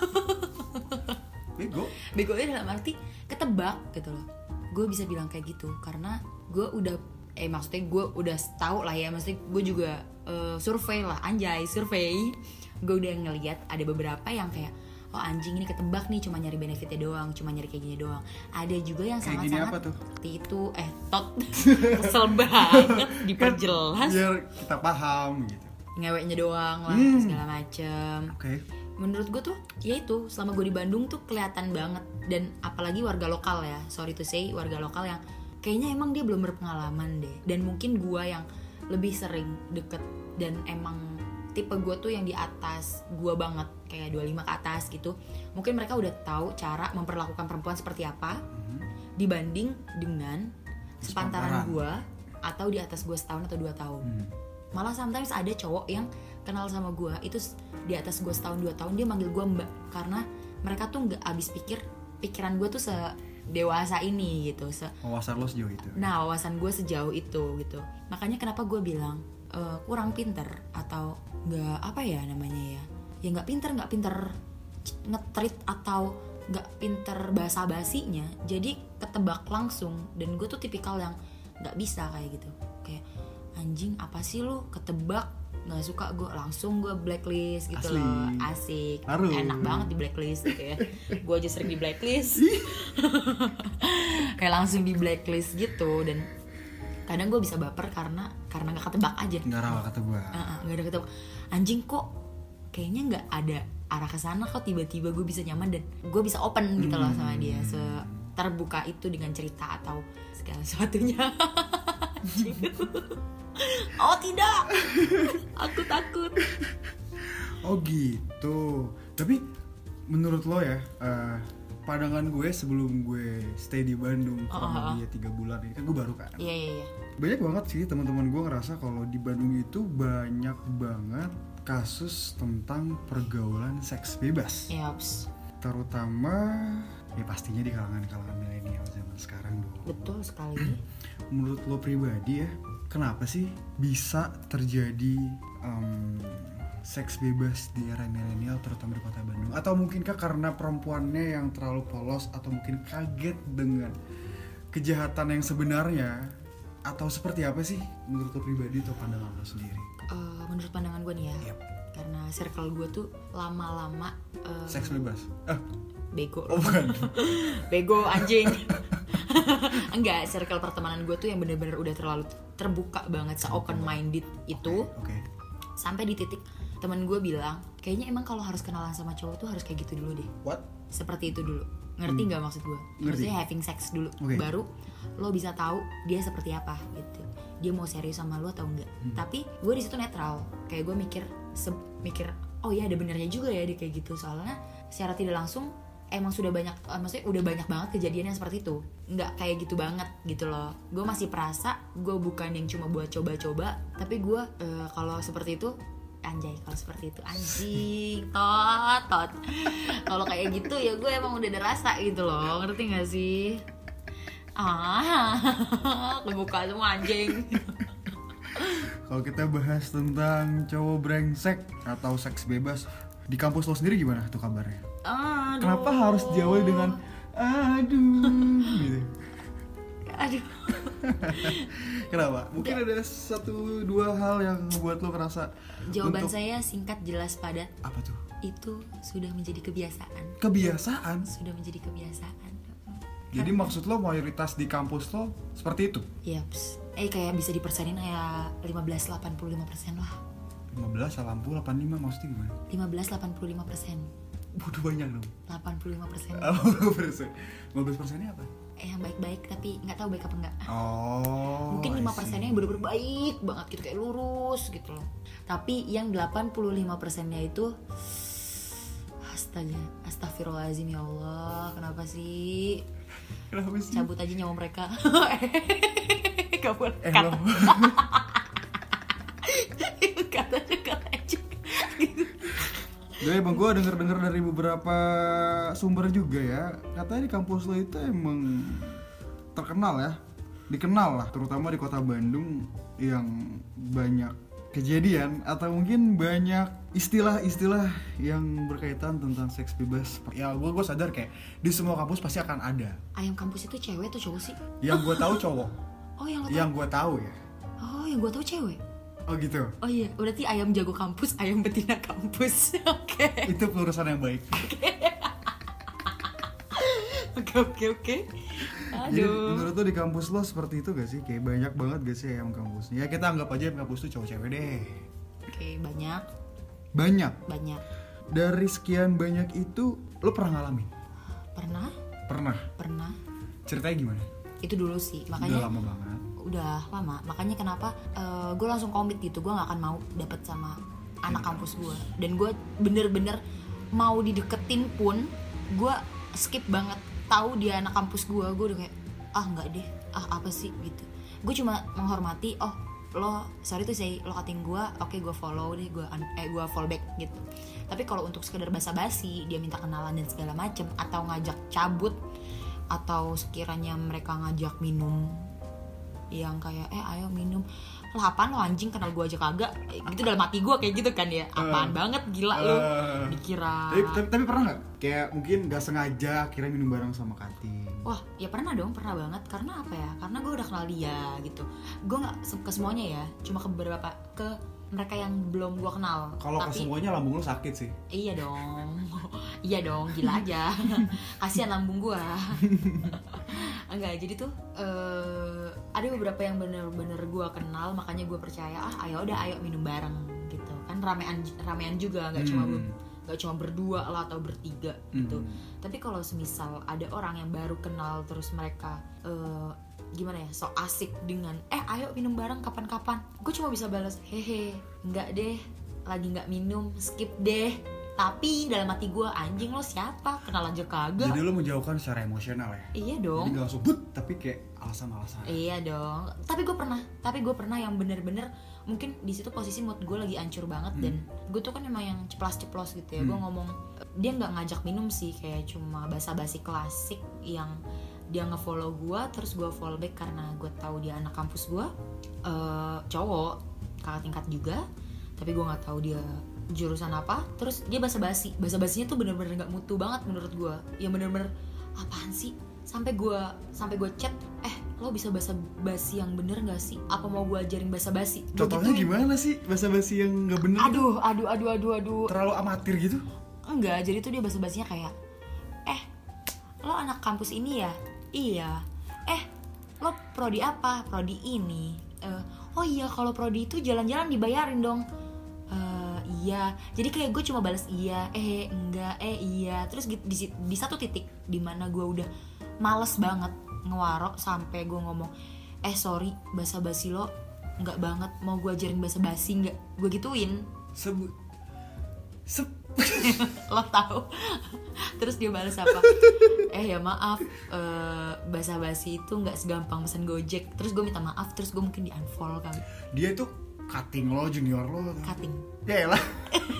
Begonya dalam arti ketebak gitu loh. Gue bisa bilang kayak gitu karena gue udah maksudnya gue udah tahu lah ya, maksudnya gue juga survei lah, anjay survei. Gue udah ngeliat ada beberapa yang kayak oh anjing ini ketebak nih, cuma nyari benefitnya doang, cuma nyari kayak gini doang. Ada juga yang sangat-sangat seperti itu. Tot kesel banget diperjelas. Biar kita paham gitu. Ngeweknya doang lah segala macem. Menurut gue tuh ya itu selama gue di Bandung tuh kelihatan banget, dan apalagi warga lokal ya, sorry to say, warga lokal yang kayaknya emang dia belum berpengalaman deh, dan mungkin gue yang lebih sering deket, dan emang tipe gue tuh yang di atas gue banget, kayak 25 ke atas gitu. Mungkin mereka udah tahu cara memperlakukan perempuan seperti apa dibanding dengan sepantaran gue atau di atas gue setahun atau 2 tahun. Malah sometimes ada cowok yang kenal sama gue itu di atas gue setahun 2 tahun, dia manggil gue mbak, karena mereka tuh nggak habis pikiran gue tuh dewasa ini gitu. Wawasan lo sejauh itu. Nah, wawasan gue sejauh itu gitu. Makanya kenapa gue bilang kurang pinter atau nggak apa ya namanya ya nggak pinter nge-treat atau nggak pinter basa-basinya, jadi ketebak langsung. Dan gue tuh tipikal yang nggak bisa kayak gitu, kayak anjing apa sih lu ketebak, nggak suka gue, langsung gue blacklist gitu. Asli. Loh, asik. Harum. Enak banget di blacklist gitu ya. Gue aja sering di blacklist. Kayak langsung di blacklist gitu. Dan kadang gue bisa baper karena nggak ketebak aja. Nggak rawa ketebak. Nggak ada ketebak. Anjing kok kayaknya nggak ada arah ke sana, kok tiba-tiba gue bisa nyaman dan gue bisa open gitu loh sama dia, terbuka itu dengan cerita atau segala sesuatunya. Oh tidak, aku takut. Oh gitu. Tapi menurut lo ya, pandangan gue sebelum gue stay di Bandung kurang lebih 3 bulan ini, kan gue baru kan. Iya. Banyak banget sih teman-teman gue ngerasa kalau di Bandung itu banyak banget kasus tentang pergaulan seks bebas. Yaps. Terutama ya pastinya di kalangan milenial zaman sekarang dong. Betul sekali. Menurut lo pribadi ya, kenapa sih bisa terjadi seks bebas di era milenial terutama di kota Bandung? Atau mungkinkah karena perempuannya yang terlalu polos, atau mungkin kaget dengan kejahatan yang sebenarnya, atau seperti apa sih menurut lo pribadi atau pandangan lo sendiri? Menurut pandangan gue nih ya, Yep. karena circle gue tuh lama-lama Seks bebas? bego. Oh bukan. Bego anjing. Enggak, circle pertemanan gue tuh yang benar-benar udah terlalu terbuka banget, se-open minded itu. Oke. Sampai di titik teman gue bilang, kayaknya emang kalau harus kenalan sama cowok tuh harus kayak gitu dulu deh. What? Seperti itu dulu. Ngerti nggak maksud gue? Ngerti. Maksudnya having sex dulu, Okay. baru lo bisa tahu dia seperti apa gitu. Dia mau serius sama lo atau enggak. Tapi gue di situ netral. Kayak gue mikir oh ya ada benernya juga ya dia kayak gitu. Soalnya secara tidak langsung emang sudah banyak, maksudnya udah banyak banget kejadian yang seperti itu. Nggak kayak gitu banget gitu loh. Gue masih perasa gue bukan yang cuma buat coba-coba, tapi gue kalau seperti itu anjay, kalau seperti itu anjing tot kalau kayak gitu ya gue emang udah ada rasa gitu loh, ngerti nggak sih? Kebuka semua anjing. Kalau kita bahas tentang cowok brengsek atau seks bebas, di kampus lo sendiri gimana tuh kabarnya? Aduh. Kenapa harus diawali dengan aduh gitu? Aduh. Kenapa? Mungkin ada 1-2 hal yang membuat lo ngerasa. Jawaban saya singkat, jelas, padat. Apa tuh? Itu sudah menjadi kebiasaan. Kebiasaan? Sudah menjadi kebiasaan. Jadi maksud lo mayoritas di kampus lo seperti itu? Yaps. Kayak bisa dipersenin kayak 15-85% lah. 15, 80, 85 maksudnya gimana? 15-85%. Waduh banyak dong. 85%. 15%. 15%-nya apa? Yang baik-baik tapi nggak tahu baik apa enggak. Oh. Mungkin 5%-nya yang bener-bener baik banget gitu, kayak lurus gitu loh. Tapi yang 85%-nya itu astagfirullahaladzim, ya Allah, kenapa sih? Kenapa sih? Cabut aja nyawa mereka. Gak boleh Lo. kata aja gitu. Jadi emang gue denger dari beberapa sumber juga ya, katanya di kampus lo itu emang terkenal ya, dikenal lah, terutama di kota Bandung yang banyak kejadian atau mungkin banyak istilah-istilah yang berkaitan tentang seks bebas. Ya gue sadar kayak di semua kampus pasti akan ada. Ayam kampus itu cewek atau cowok sih? Yang gue tahu cowok. Oh yang lo tahu? Yang gue tahu ya. Oh yang gue tahu cewek. Oh gitu. Oh iya, berarti ayam jago kampus, ayam betina kampus. Oke. Itu pelurusan yang baik. Oke. Jadi Aduh. menurut lo di kampus lo seperti itu gak sih? Kayak banyak banget gak sih ayam kampusnya? Ya kita anggap aja ayam kampus tuh cowok-cewek deh. Oke, banyak. Banyak. Dari sekian banyak itu lo pernah ngalamin? Pernah. Ceritanya gimana? Itu dulu sih, Udah makanya lama banget. udah lama. Makanya kenapa gue langsung komit gitu, gue nggak akan mau dapet sama anak kampus gue. Dan gue bener-bener mau dideketin pun gue skip banget. Tahu dia anak kampus gue udah kayak nggak deh, apa sih gitu. Gue cuma menghormati, oh lo sorry tuh say lo cutting gue, oke gue follow deh, gue follow back gitu. Tapi kalau untuk sekedar basa-basi dia minta kenalan dan segala macem, atau ngajak cabut, atau sekiranya mereka ngajak minum yang kayak ayo minum, lah apaan lo anjing, kenal gue aja kagak, gitu dalam hati gue kayak gitu kan ya, apaan banget gila lo dikira. Tapi pernah nggak kayak mungkin nggak sengaja kira minum bareng sama cutting? Wah ya pernah dong, pernah banget. Karena apa ya, karena gue udah kenal dia gitu. Gue nggak ke semuanya ya, cuma ke beberapa, ke mereka yang belum gue kenal. Kalau ke semuanya lambung lo sakit sih. Iya dong. Iya dong, gila aja. Kasihan lambung gue. Enggak, jadi tuh ada beberapa yang bener-bener gue kenal, makanya gue percaya ayo minum bareng gitu kan, ramean juga, nggak cuma berdua lah atau bertiga gitu. Tapi kalau semisal ada orang yang baru kenal terus mereka gimana ya, so asik dengan ayo minum bareng kapan-kapan, gue cuma bisa balas hehe enggak deh, lagi nggak minum, skip deh. Tapi dalam hati gue, anjing lo siapa, kenal aja kagak. Jadi lo menjauhkan secara emosional ya? Iya dong. Jadi gak langsung but, tapi kayak alasan-alasan. Iya dong. Tapi gue pernah yang bener-bener mungkin di situ posisi mood gue lagi hancur banget, dan gue tuh kan emang yang ceplas-ceplos gitu ya. Gue ngomong, dia nggak ngajak minum sih, kayak cuma basa-basi klasik yang dia nge-follow gue, terus gue follow back karena gue tahu dia anak kampus gue, cowok, kakak tingkat juga, tapi gue nggak tahu dia jurusan apa. Terus dia basa-basinya tuh bener-bener nggak mutu banget menurut gue, yang bener-bener apaan sih, sampai gue chat, lo bisa basa-basi yang bener nggak sih, apa mau gue ajarin basa-basi. Contohnya gimana sih basa-basi yang nggak bener? Aduh terlalu amatir gitu? Enggak, jadi tuh dia basa-basinya kayak lo anak kampus ini ya? Iya. Lo prodi apa? Prodi ini. Oh iya, kalau prodi itu jalan-jalan dibayarin dong. Iya. Jadi kayak gue cuma balas iya, enggak, iya. Terus di satu titik dimana gue udah males banget ngewarok, sampai gue ngomong, sorry, basa-basi lo nggak banget, mau gue ajarin basa-basi nggak? Gue gituin. Lo tahu. Terus dia balas apa? Ya maaf, basa-basi itu nggak segampang pesan Gojek. Terus gue minta maaf, terus gue mungkin di unfollow kali. Dia itu cutting lo, junior lo. Cutting. Ya lah.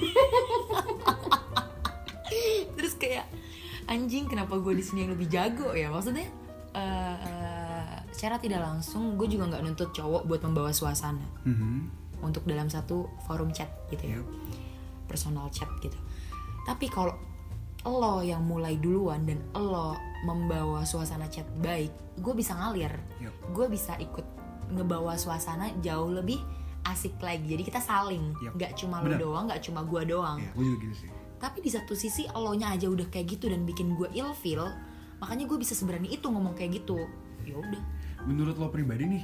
Terus kayak anjing, kenapa gue di sini yang lebih jago ya? Maksudnya secara tidak langsung gue juga nggak nuntut cowok buat membawa suasana untuk dalam satu forum chat gitu ya, personal chat gitu. Tapi kalau lo yang mulai duluan dan lo membawa suasana chat baik, gue bisa ngalir, gue bisa ikut ngebawa suasana jauh lebih asik lagi. Jadi kita saling, nggak cuma lo doang, nggak cuma gue doang. Gue juga gitu sih. Tapi di satu sisi elonya aja udah kayak gitu dan bikin gue ilfeel, makanya gue bisa seberani itu ngomong kayak gitu. Ya udah. Menurut lo pribadi nih,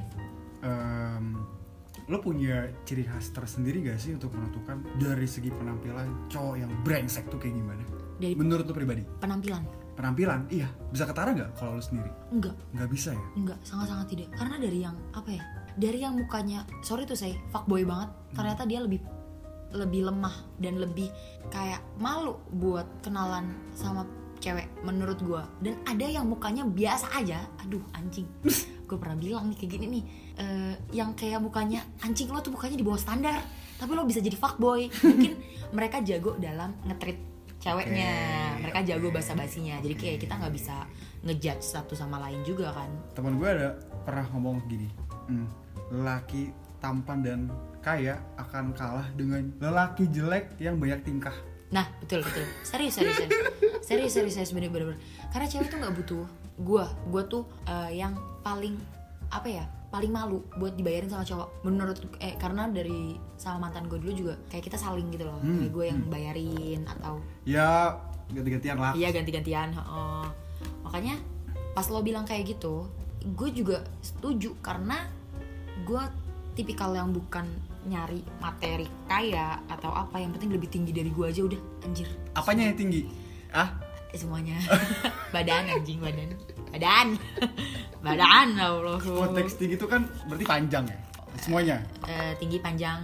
lo punya ciri khas tersendiri gak sih untuk menentukan dari segi penampilan cowok yang brengsek tuh kayak gimana? Dari menurut lo pribadi? Penampilan? Iya. Bisa ketara gak kalau lo sendiri? Enggak bisa ya? Enggak, sangat-sangat tidak. Karena dari yang apa ya? Dari yang mukanya, sorry tuh saya fuckboy banget, ternyata dia lebih lemah dan lebih kayak malu buat kenalan sama cewek menurut gue. Dan ada yang mukanya biasa aja, aduh anjing, gue pernah bilang nih kayak gini nih, yang kayak mukanya anjing, lo tuh mukanya di bawah standar tapi lo bisa jadi fuckboy. Mungkin mereka jago dalam nge-treat ceweknya, mereka jago basa-basinya, jadi kayak kita nggak bisa ngejudge satu sama lain juga kan. Teman gue ada pernah ngomong gini, lelaki tampan dan kaya akan kalah dengan lelaki jelek yang banyak tingkah. Nah betul serius bener-bener. Karena cewek tuh nggak butuh gue tuh yang paling apa ya, paling malu buat dibayarin sama cowok menurut karena dari sama mantan gue dulu juga kayak kita saling gitu loh, kayak gue yang bayarin atau ya ganti-gantian lah. Iya ganti-gantian. Makanya pas lo bilang kayak gitu gue juga setuju, karena gue tipikal yang bukan nyari materi kaya atau apa, yang penting lebih tinggi dari gue aja udah, anjir. Apanya yang tinggi? Semuanya. Badan anjing, badan Allah. Konteks tinggi itu kan berarti panjang ya semuanya. Tinggi panjang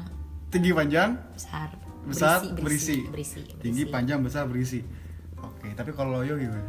besar berisi. Tinggi panjang besar berisi. Oke, tapi kalau loyo gimana?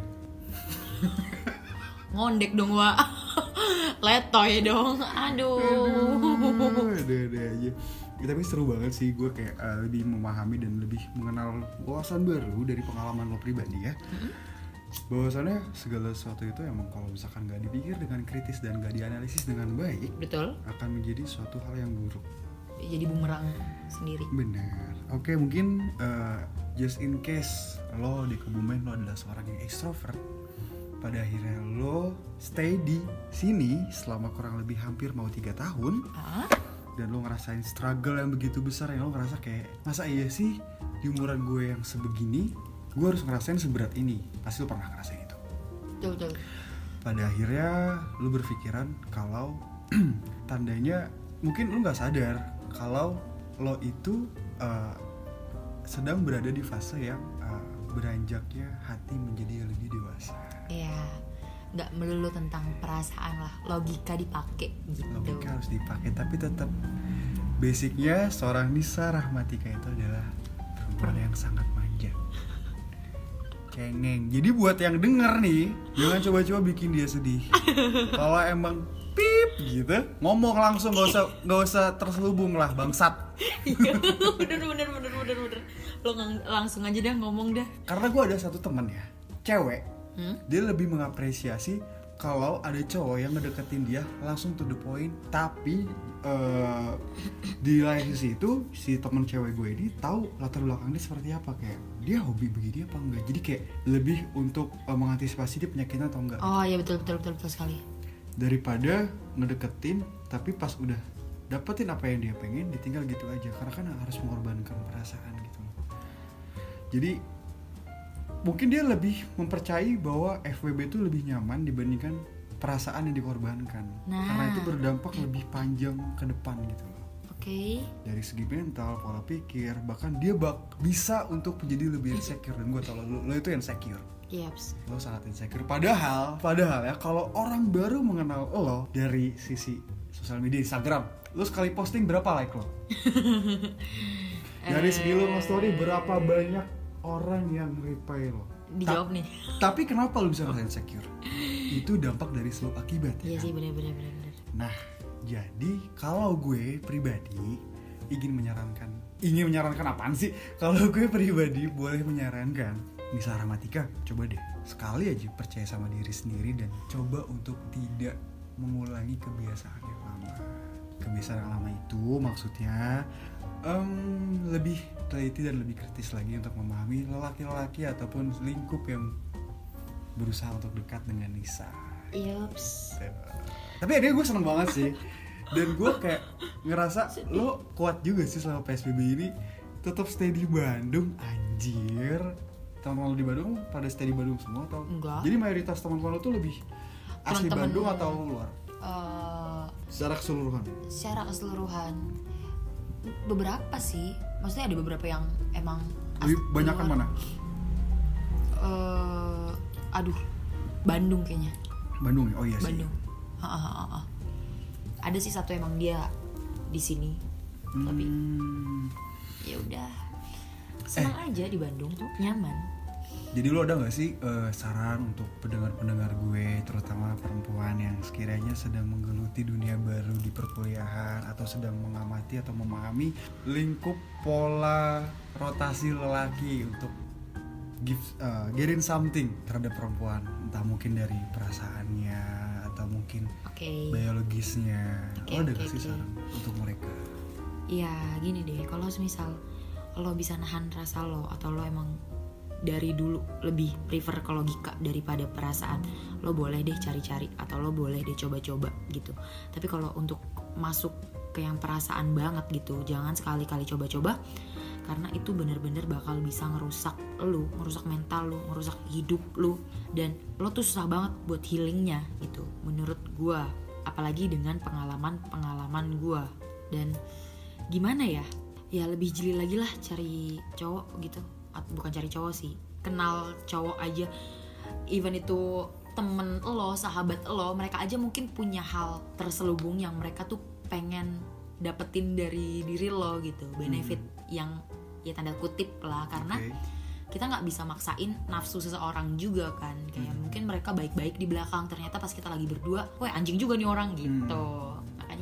Ngondek dong wa. Letoy dong. Aduh. Ada aja. Ya, tapi seru banget sih, gue kayak lebih memahami dan lebih mengenal wawasan baru dari pengalaman lo pribadi ya. Bahwasannya segala sesuatu itu emang kalau misalkan gak dipikir dengan kritis dan gak dianalisis dengan baik, Betul. akan menjadi suatu hal yang buruk. Jadi bumerang sendiri. Benar. Oke, mungkin just in case lo di Kebumen lo adalah seorang yang extrovert, pada akhirnya lo stay di sini selama kurang lebih hampir mau 3 tahun, dan lo ngerasain struggle yang begitu besar, yang lo ngerasa kayak masa iya sih di umuran gue yang sebegini gue harus ngerasain seberat ini. Pasti lo pernah ngerasain itu. Betul. Pada akhirnya lo berpikiran kalau tandanya mungkin lo gak sadar kalau lo itu sedang berada di fase yang beranjaknya hati menjadi lebih dewasa. Iya, nggak melulu tentang perasaan lah, logika dipakai gitu. Logika harus dipakai, tapi tetap basicnya seorang Nisa Rahmatika itu adalah perempuan yang sangat manja, cengeng. Jadi buat yang denger nih, jangan coba-coba bikin dia sedih. Kalau emang pip gitu, ngomong langsung, nggak usah terselubung lah, bangsat. bener. Lo langsung aja deh ngomong dah. Karena gue ada satu temen ya, cewek, dia lebih mengapresiasi kalau ada cowok yang ngedeketin dia langsung to the point. Tapi di lain sisi itu si temen cewek gue ini tahu latar belakangnya seperti apa, kayak dia hobi begini apa enggak. Jadi kayak lebih untuk mengantisipasi dia penyakitnya atau enggak. Oh iya, betul sekali. Daripada ngedeketin tapi pas udah dapetin apa yang dia pengen ditinggal gitu aja, karena kan harus mengorbankan perasaan gitu loh. Jadi mungkin dia lebih mempercayai bahwa FWB itu lebih nyaman dibandingkan perasaan yang dikorbankan. Karena itu berdampak lebih panjang ke depan gitu loh. Oke. Dari segi mental, pola pikir, bahkan dia bisa untuk menjadi lebih insecure. Dan gue tau lo itu insecure. Yaps. Lo sangat insecure. Padahal ya kalau orang baru mengenal lo dari sisi sosial media, Instagram, lo sekali posting berapa like lo? Dari segi lo nge-story berapa banyak orang yang reply lo? Dijawab nih. Tapi kenapa lo bisa ngerasain insecure? Itu dampak dari sebab akibat. Iya sih, benar. Nah, jadi kalau gue pribadi ingin menyarankan apaan sih? Kalau gue pribadi boleh menyarankan Nisa Rahmatika, coba deh sekali aja percaya sama diri sendiri dan coba untuk tidak mengulangi kebiasaan yang lama. Kebiasaan yang lama itu maksudnya lebih teliti dan lebih kritis lagi untuk memahami lelaki-lelaki ataupun lingkup yang berusaha untuk dekat dengan Nisa. Yaps. Tapi akhirnya gue seneng banget sih. Dan gue kayak ngerasa lo kuat juga sih selama PSBB ini, tetap stay di Bandung. Anjir, teman-teman lo di Bandung pada stay di Bandung semua atau? Enggak. Jadi mayoritas teman-teman lo tuh lebih asli Teman-teman Bandung atau luar? Secara keseluruhan. Beberapa sih, maksudnya ada beberapa yang emang lebih banyak kan mana? Bandung kayaknya. Bandung ya? Oh iya sih. Bandung. Ada sih satu emang dia di sini, tapi ya udah senang aja di Bandung tuh, nyaman. Jadi lo ada nggak sih saran untuk pendengar-pendengar gue, terutama perempuan yang sekiranya sedang menggeluti dunia baru di perkuliahan atau sedang mengamati atau memahami lingkup pola rotasi lelaki untuk getting something terhadap perempuan, entah mungkin dari perasaannya atau mungkin biologisnya. Lo ada nggak sih saran untuk mereka? Ya gini deh, kalau misal lo bisa nahan rasa lo atau lo emang dari dulu lebih prefer ke logika daripada perasaan, lo boleh deh cari-cari atau lo boleh deh coba-coba gitu. Tapi kalau untuk masuk ke yang perasaan banget gitu, jangan sekali-kali coba-coba, karena itu bener-bener bakal bisa ngerusak lo, ngerusak mental lo, ngerusak hidup lo, dan lo tuh susah banget buat healingnya gitu menurut gue, apalagi dengan pengalaman gue. Dan gimana ya lebih jeli lagi lah cari cowok gitu. Bukan cari cowok sih, kenal cowok aja, even itu temen lo, sahabat lo, mereka aja mungkin punya hal terselubung yang mereka tuh pengen dapetin dari diri lo gitu, benefit yang ya tanda kutip lah, karena kita nggak bisa maksain nafsu seseorang juga kan, kayak mungkin mereka baik-baik di belakang, ternyata pas kita lagi berdua, wah anjing juga nih orang gitu. Makanya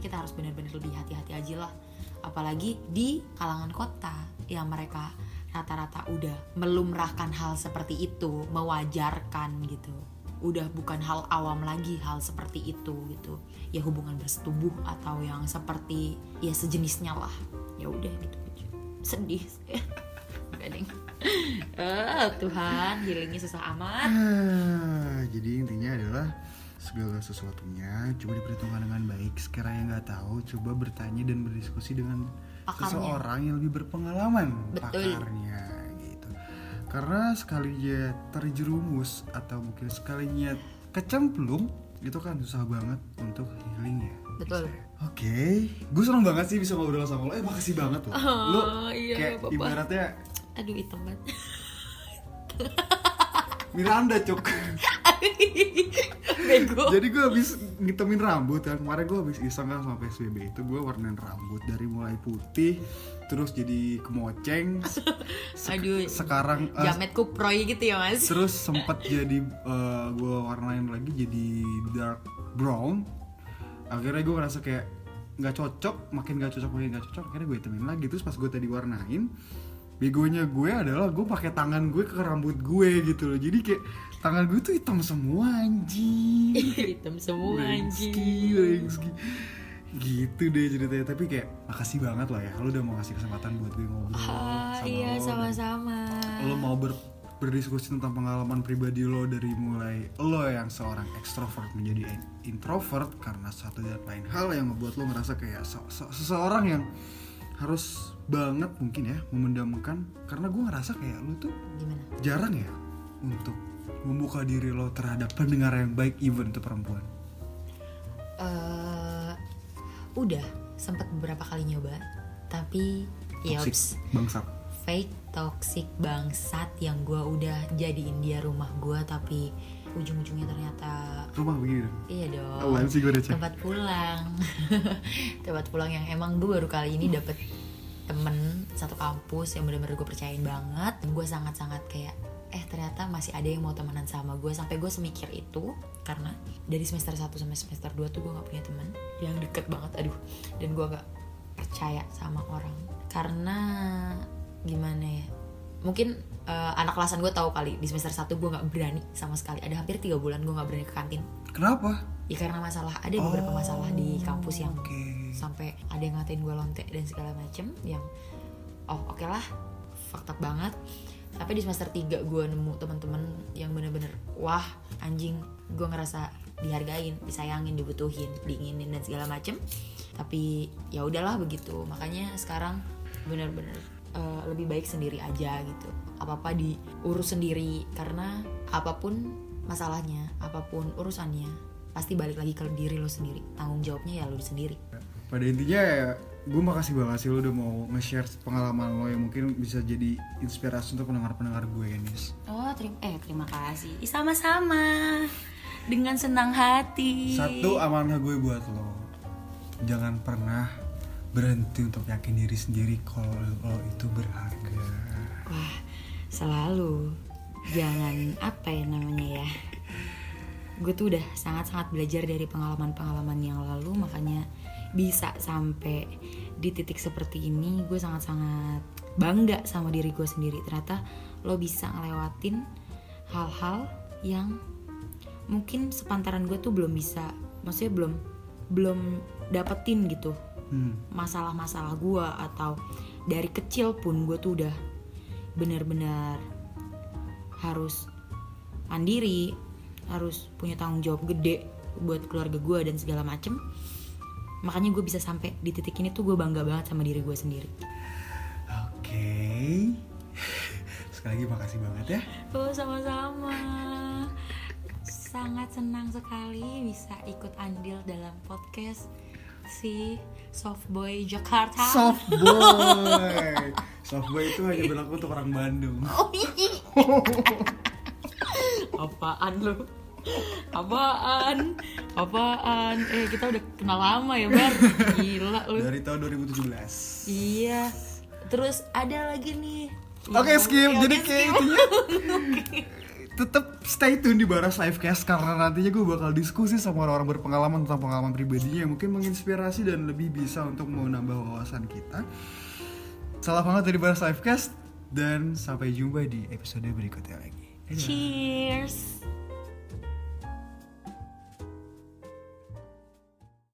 kita harus benar-benar lebih hati-hati aja lah. Apalagi di kalangan kota yang mereka rata-rata udah melumrahkan hal seperti itu, mewajarkan gitu. Udah bukan hal awam lagi hal seperti itu gitu. Ya hubungan bersetubuh atau yang seperti ya sejenisnya lah. Ya udah gitu aja. Sedih. Gading. Tuhan, healingnya susah amat. Jadi intinya adalah segala sesuatunya coba diperhitungkan dengan baik. Sekiranya nggak tahu, coba bertanya dan berdiskusi dengan Pakarnya. seseorang yang lebih berpengalaman. Betul. Pakarnya gitu. Karena sekalinya terjerumus atau mungkin sekalinya kecemplung, itu kan susah banget untuk healing ya. Betul. Oke, gue seneng banget sih bisa ngobrol sama lo. Makasih banget lo. Lo iya, kayak Bapak. ibaratnya Aduh hitam banget. Miranda cuk. Bego. Jadi gue habis ngitemin rambut kan. Kemarin gue habis iseng kan sama PSBB itu. Gue warnain rambut dari mulai putih terus jadi kemoceng. Aduh. Sekarang Jamet kuproy gitu ya mas. terus sempat jadi gue warnain lagi jadi dark brown. Akhirnya gue ngerasa kayak nggak cocok, makin nggak cocok. Akhirnya gue hitemin lagi. Terus pas gue tadi warnain, begonya gue adalah gue pakai tangan gue ke rambut gue gitu loh. Jadi kayak tangan gue tuh hitam semua anjing. Hitam semua anjing. Rengski. Gitu deh ceritanya. Tapi kayak makasih banget loh ya, lo udah mau kasih kesempatan buat gue ngobrol sama Iya lo. sama-sama. Lo mau berdiskusi tentang pengalaman pribadi lo dari mulai lo yang seorang ekstrovert menjadi introvert karena satu dan lain hal yang ngebuat lo ngerasa kayak seseorang yang harus banget mungkin ya memendamkan, karena gue ngerasa kayak lo tuh Gimana? jarang ya untuk membuka diri lo terhadap pendengar yang baik, even itu perempuan. Udah sempat beberapa kali nyoba, tapi ya Toxic, bangsat. fake toxic bangsat yang gue udah jadiin dia rumah gue, tapi ujung-ujungnya ternyata Rumah begini dong. iya dong. Apaan sih gue receh? Tempat pulang. Tempat pulang yang emang gue baru kali ini dapet temen satu kampus yang benar-benar gue percayain banget. Gue sangat-sangat kayak ternyata masih ada yang mau temenan sama gue. Sampai gue semikir itu karena dari semester 1 sampai semester 2 tuh gue gak punya teman yang deket banget. Aduh. Dan gue gak percaya sama orang karena gimana ya, mungkin anak kelasan gue tahu kali di semester 1 gue gak berani sama sekali. Ada hampir 3 bulan gue gak berani ke kantin. Kenapa? Ya karena masalah, ada beberapa masalah di kampus yang sampai ada yang ngatain gue lonte dan segala macem yang oke lah, fucked up banget. Tapi di semester 3 gue nemu teman-teman yang bener-bener wah anjing, gue ngerasa dihargain, disayangin, dibutuhin, diinginin dan segala macem. Tapi ya udahlah begitu. Makanya sekarang bener-bener lebih baik sendiri aja gitu. Apa-apa diurus sendiri, karena apapun masalahnya, apapun urusannya, pasti balik lagi ke diri lo sendiri. Tanggung jawabnya ya lo sendiri. Pada intinya ya, gue makasih banget sih lo udah mau nge-share pengalaman lo yang mungkin bisa jadi inspirasi untuk pendengar-pendengar gue ya, Nis. Oh, terima kasih. Sama-sama. Dengan senang hati. Satu amanah gue buat lo, jangan pernah berhenti untuk yakin diri sendiri kalau lo itu berharga. Wah, selalu. Jangan apa ya namanya ya. Gue tuh udah sangat-sangat belajar dari pengalaman-pengalaman yang lalu, makanya bisa sampai di titik seperti ini. Gue sangat-sangat bangga sama diri gue sendiri. Ternyata lo bisa ngelewatin hal-hal yang mungkin sepantaran gue tuh belum bisa, maksudnya belum dapetin gitu. Masalah-masalah gue, atau dari kecil pun gue tuh udah benar-benar harus mandiri, harus punya tanggung jawab gede buat keluarga gue dan segala macem. Makanya gue bisa sampai di titik ini tuh gue bangga banget sama diri gue sendiri. Oke. Sekali lagi makasih banget ya. Oh, sama-sama. Sangat senang sekali bisa ikut andil dalam podcast si Softboy Jakarta. Softboy itu hanya berlaku untuk orang Bandung. Apaan lu? Apaan? Kita udah kenal lama ya, Bar. Gila lu. Dari tahun 2017. Iya. Terus ada lagi nih. Oke, skip. Jadi kayak intinya tetap stay tune di Baras Livecast karena nantinya gue bakal diskusi sama orang-orang berpengalaman tentang pengalaman pribadinya yang mungkin menginspirasi dan lebih bisa untuk menambah wawasan kita. Salam hangat dari Baras Livecast dan sampai jumpa di episode berikutnya lagi. Cheers.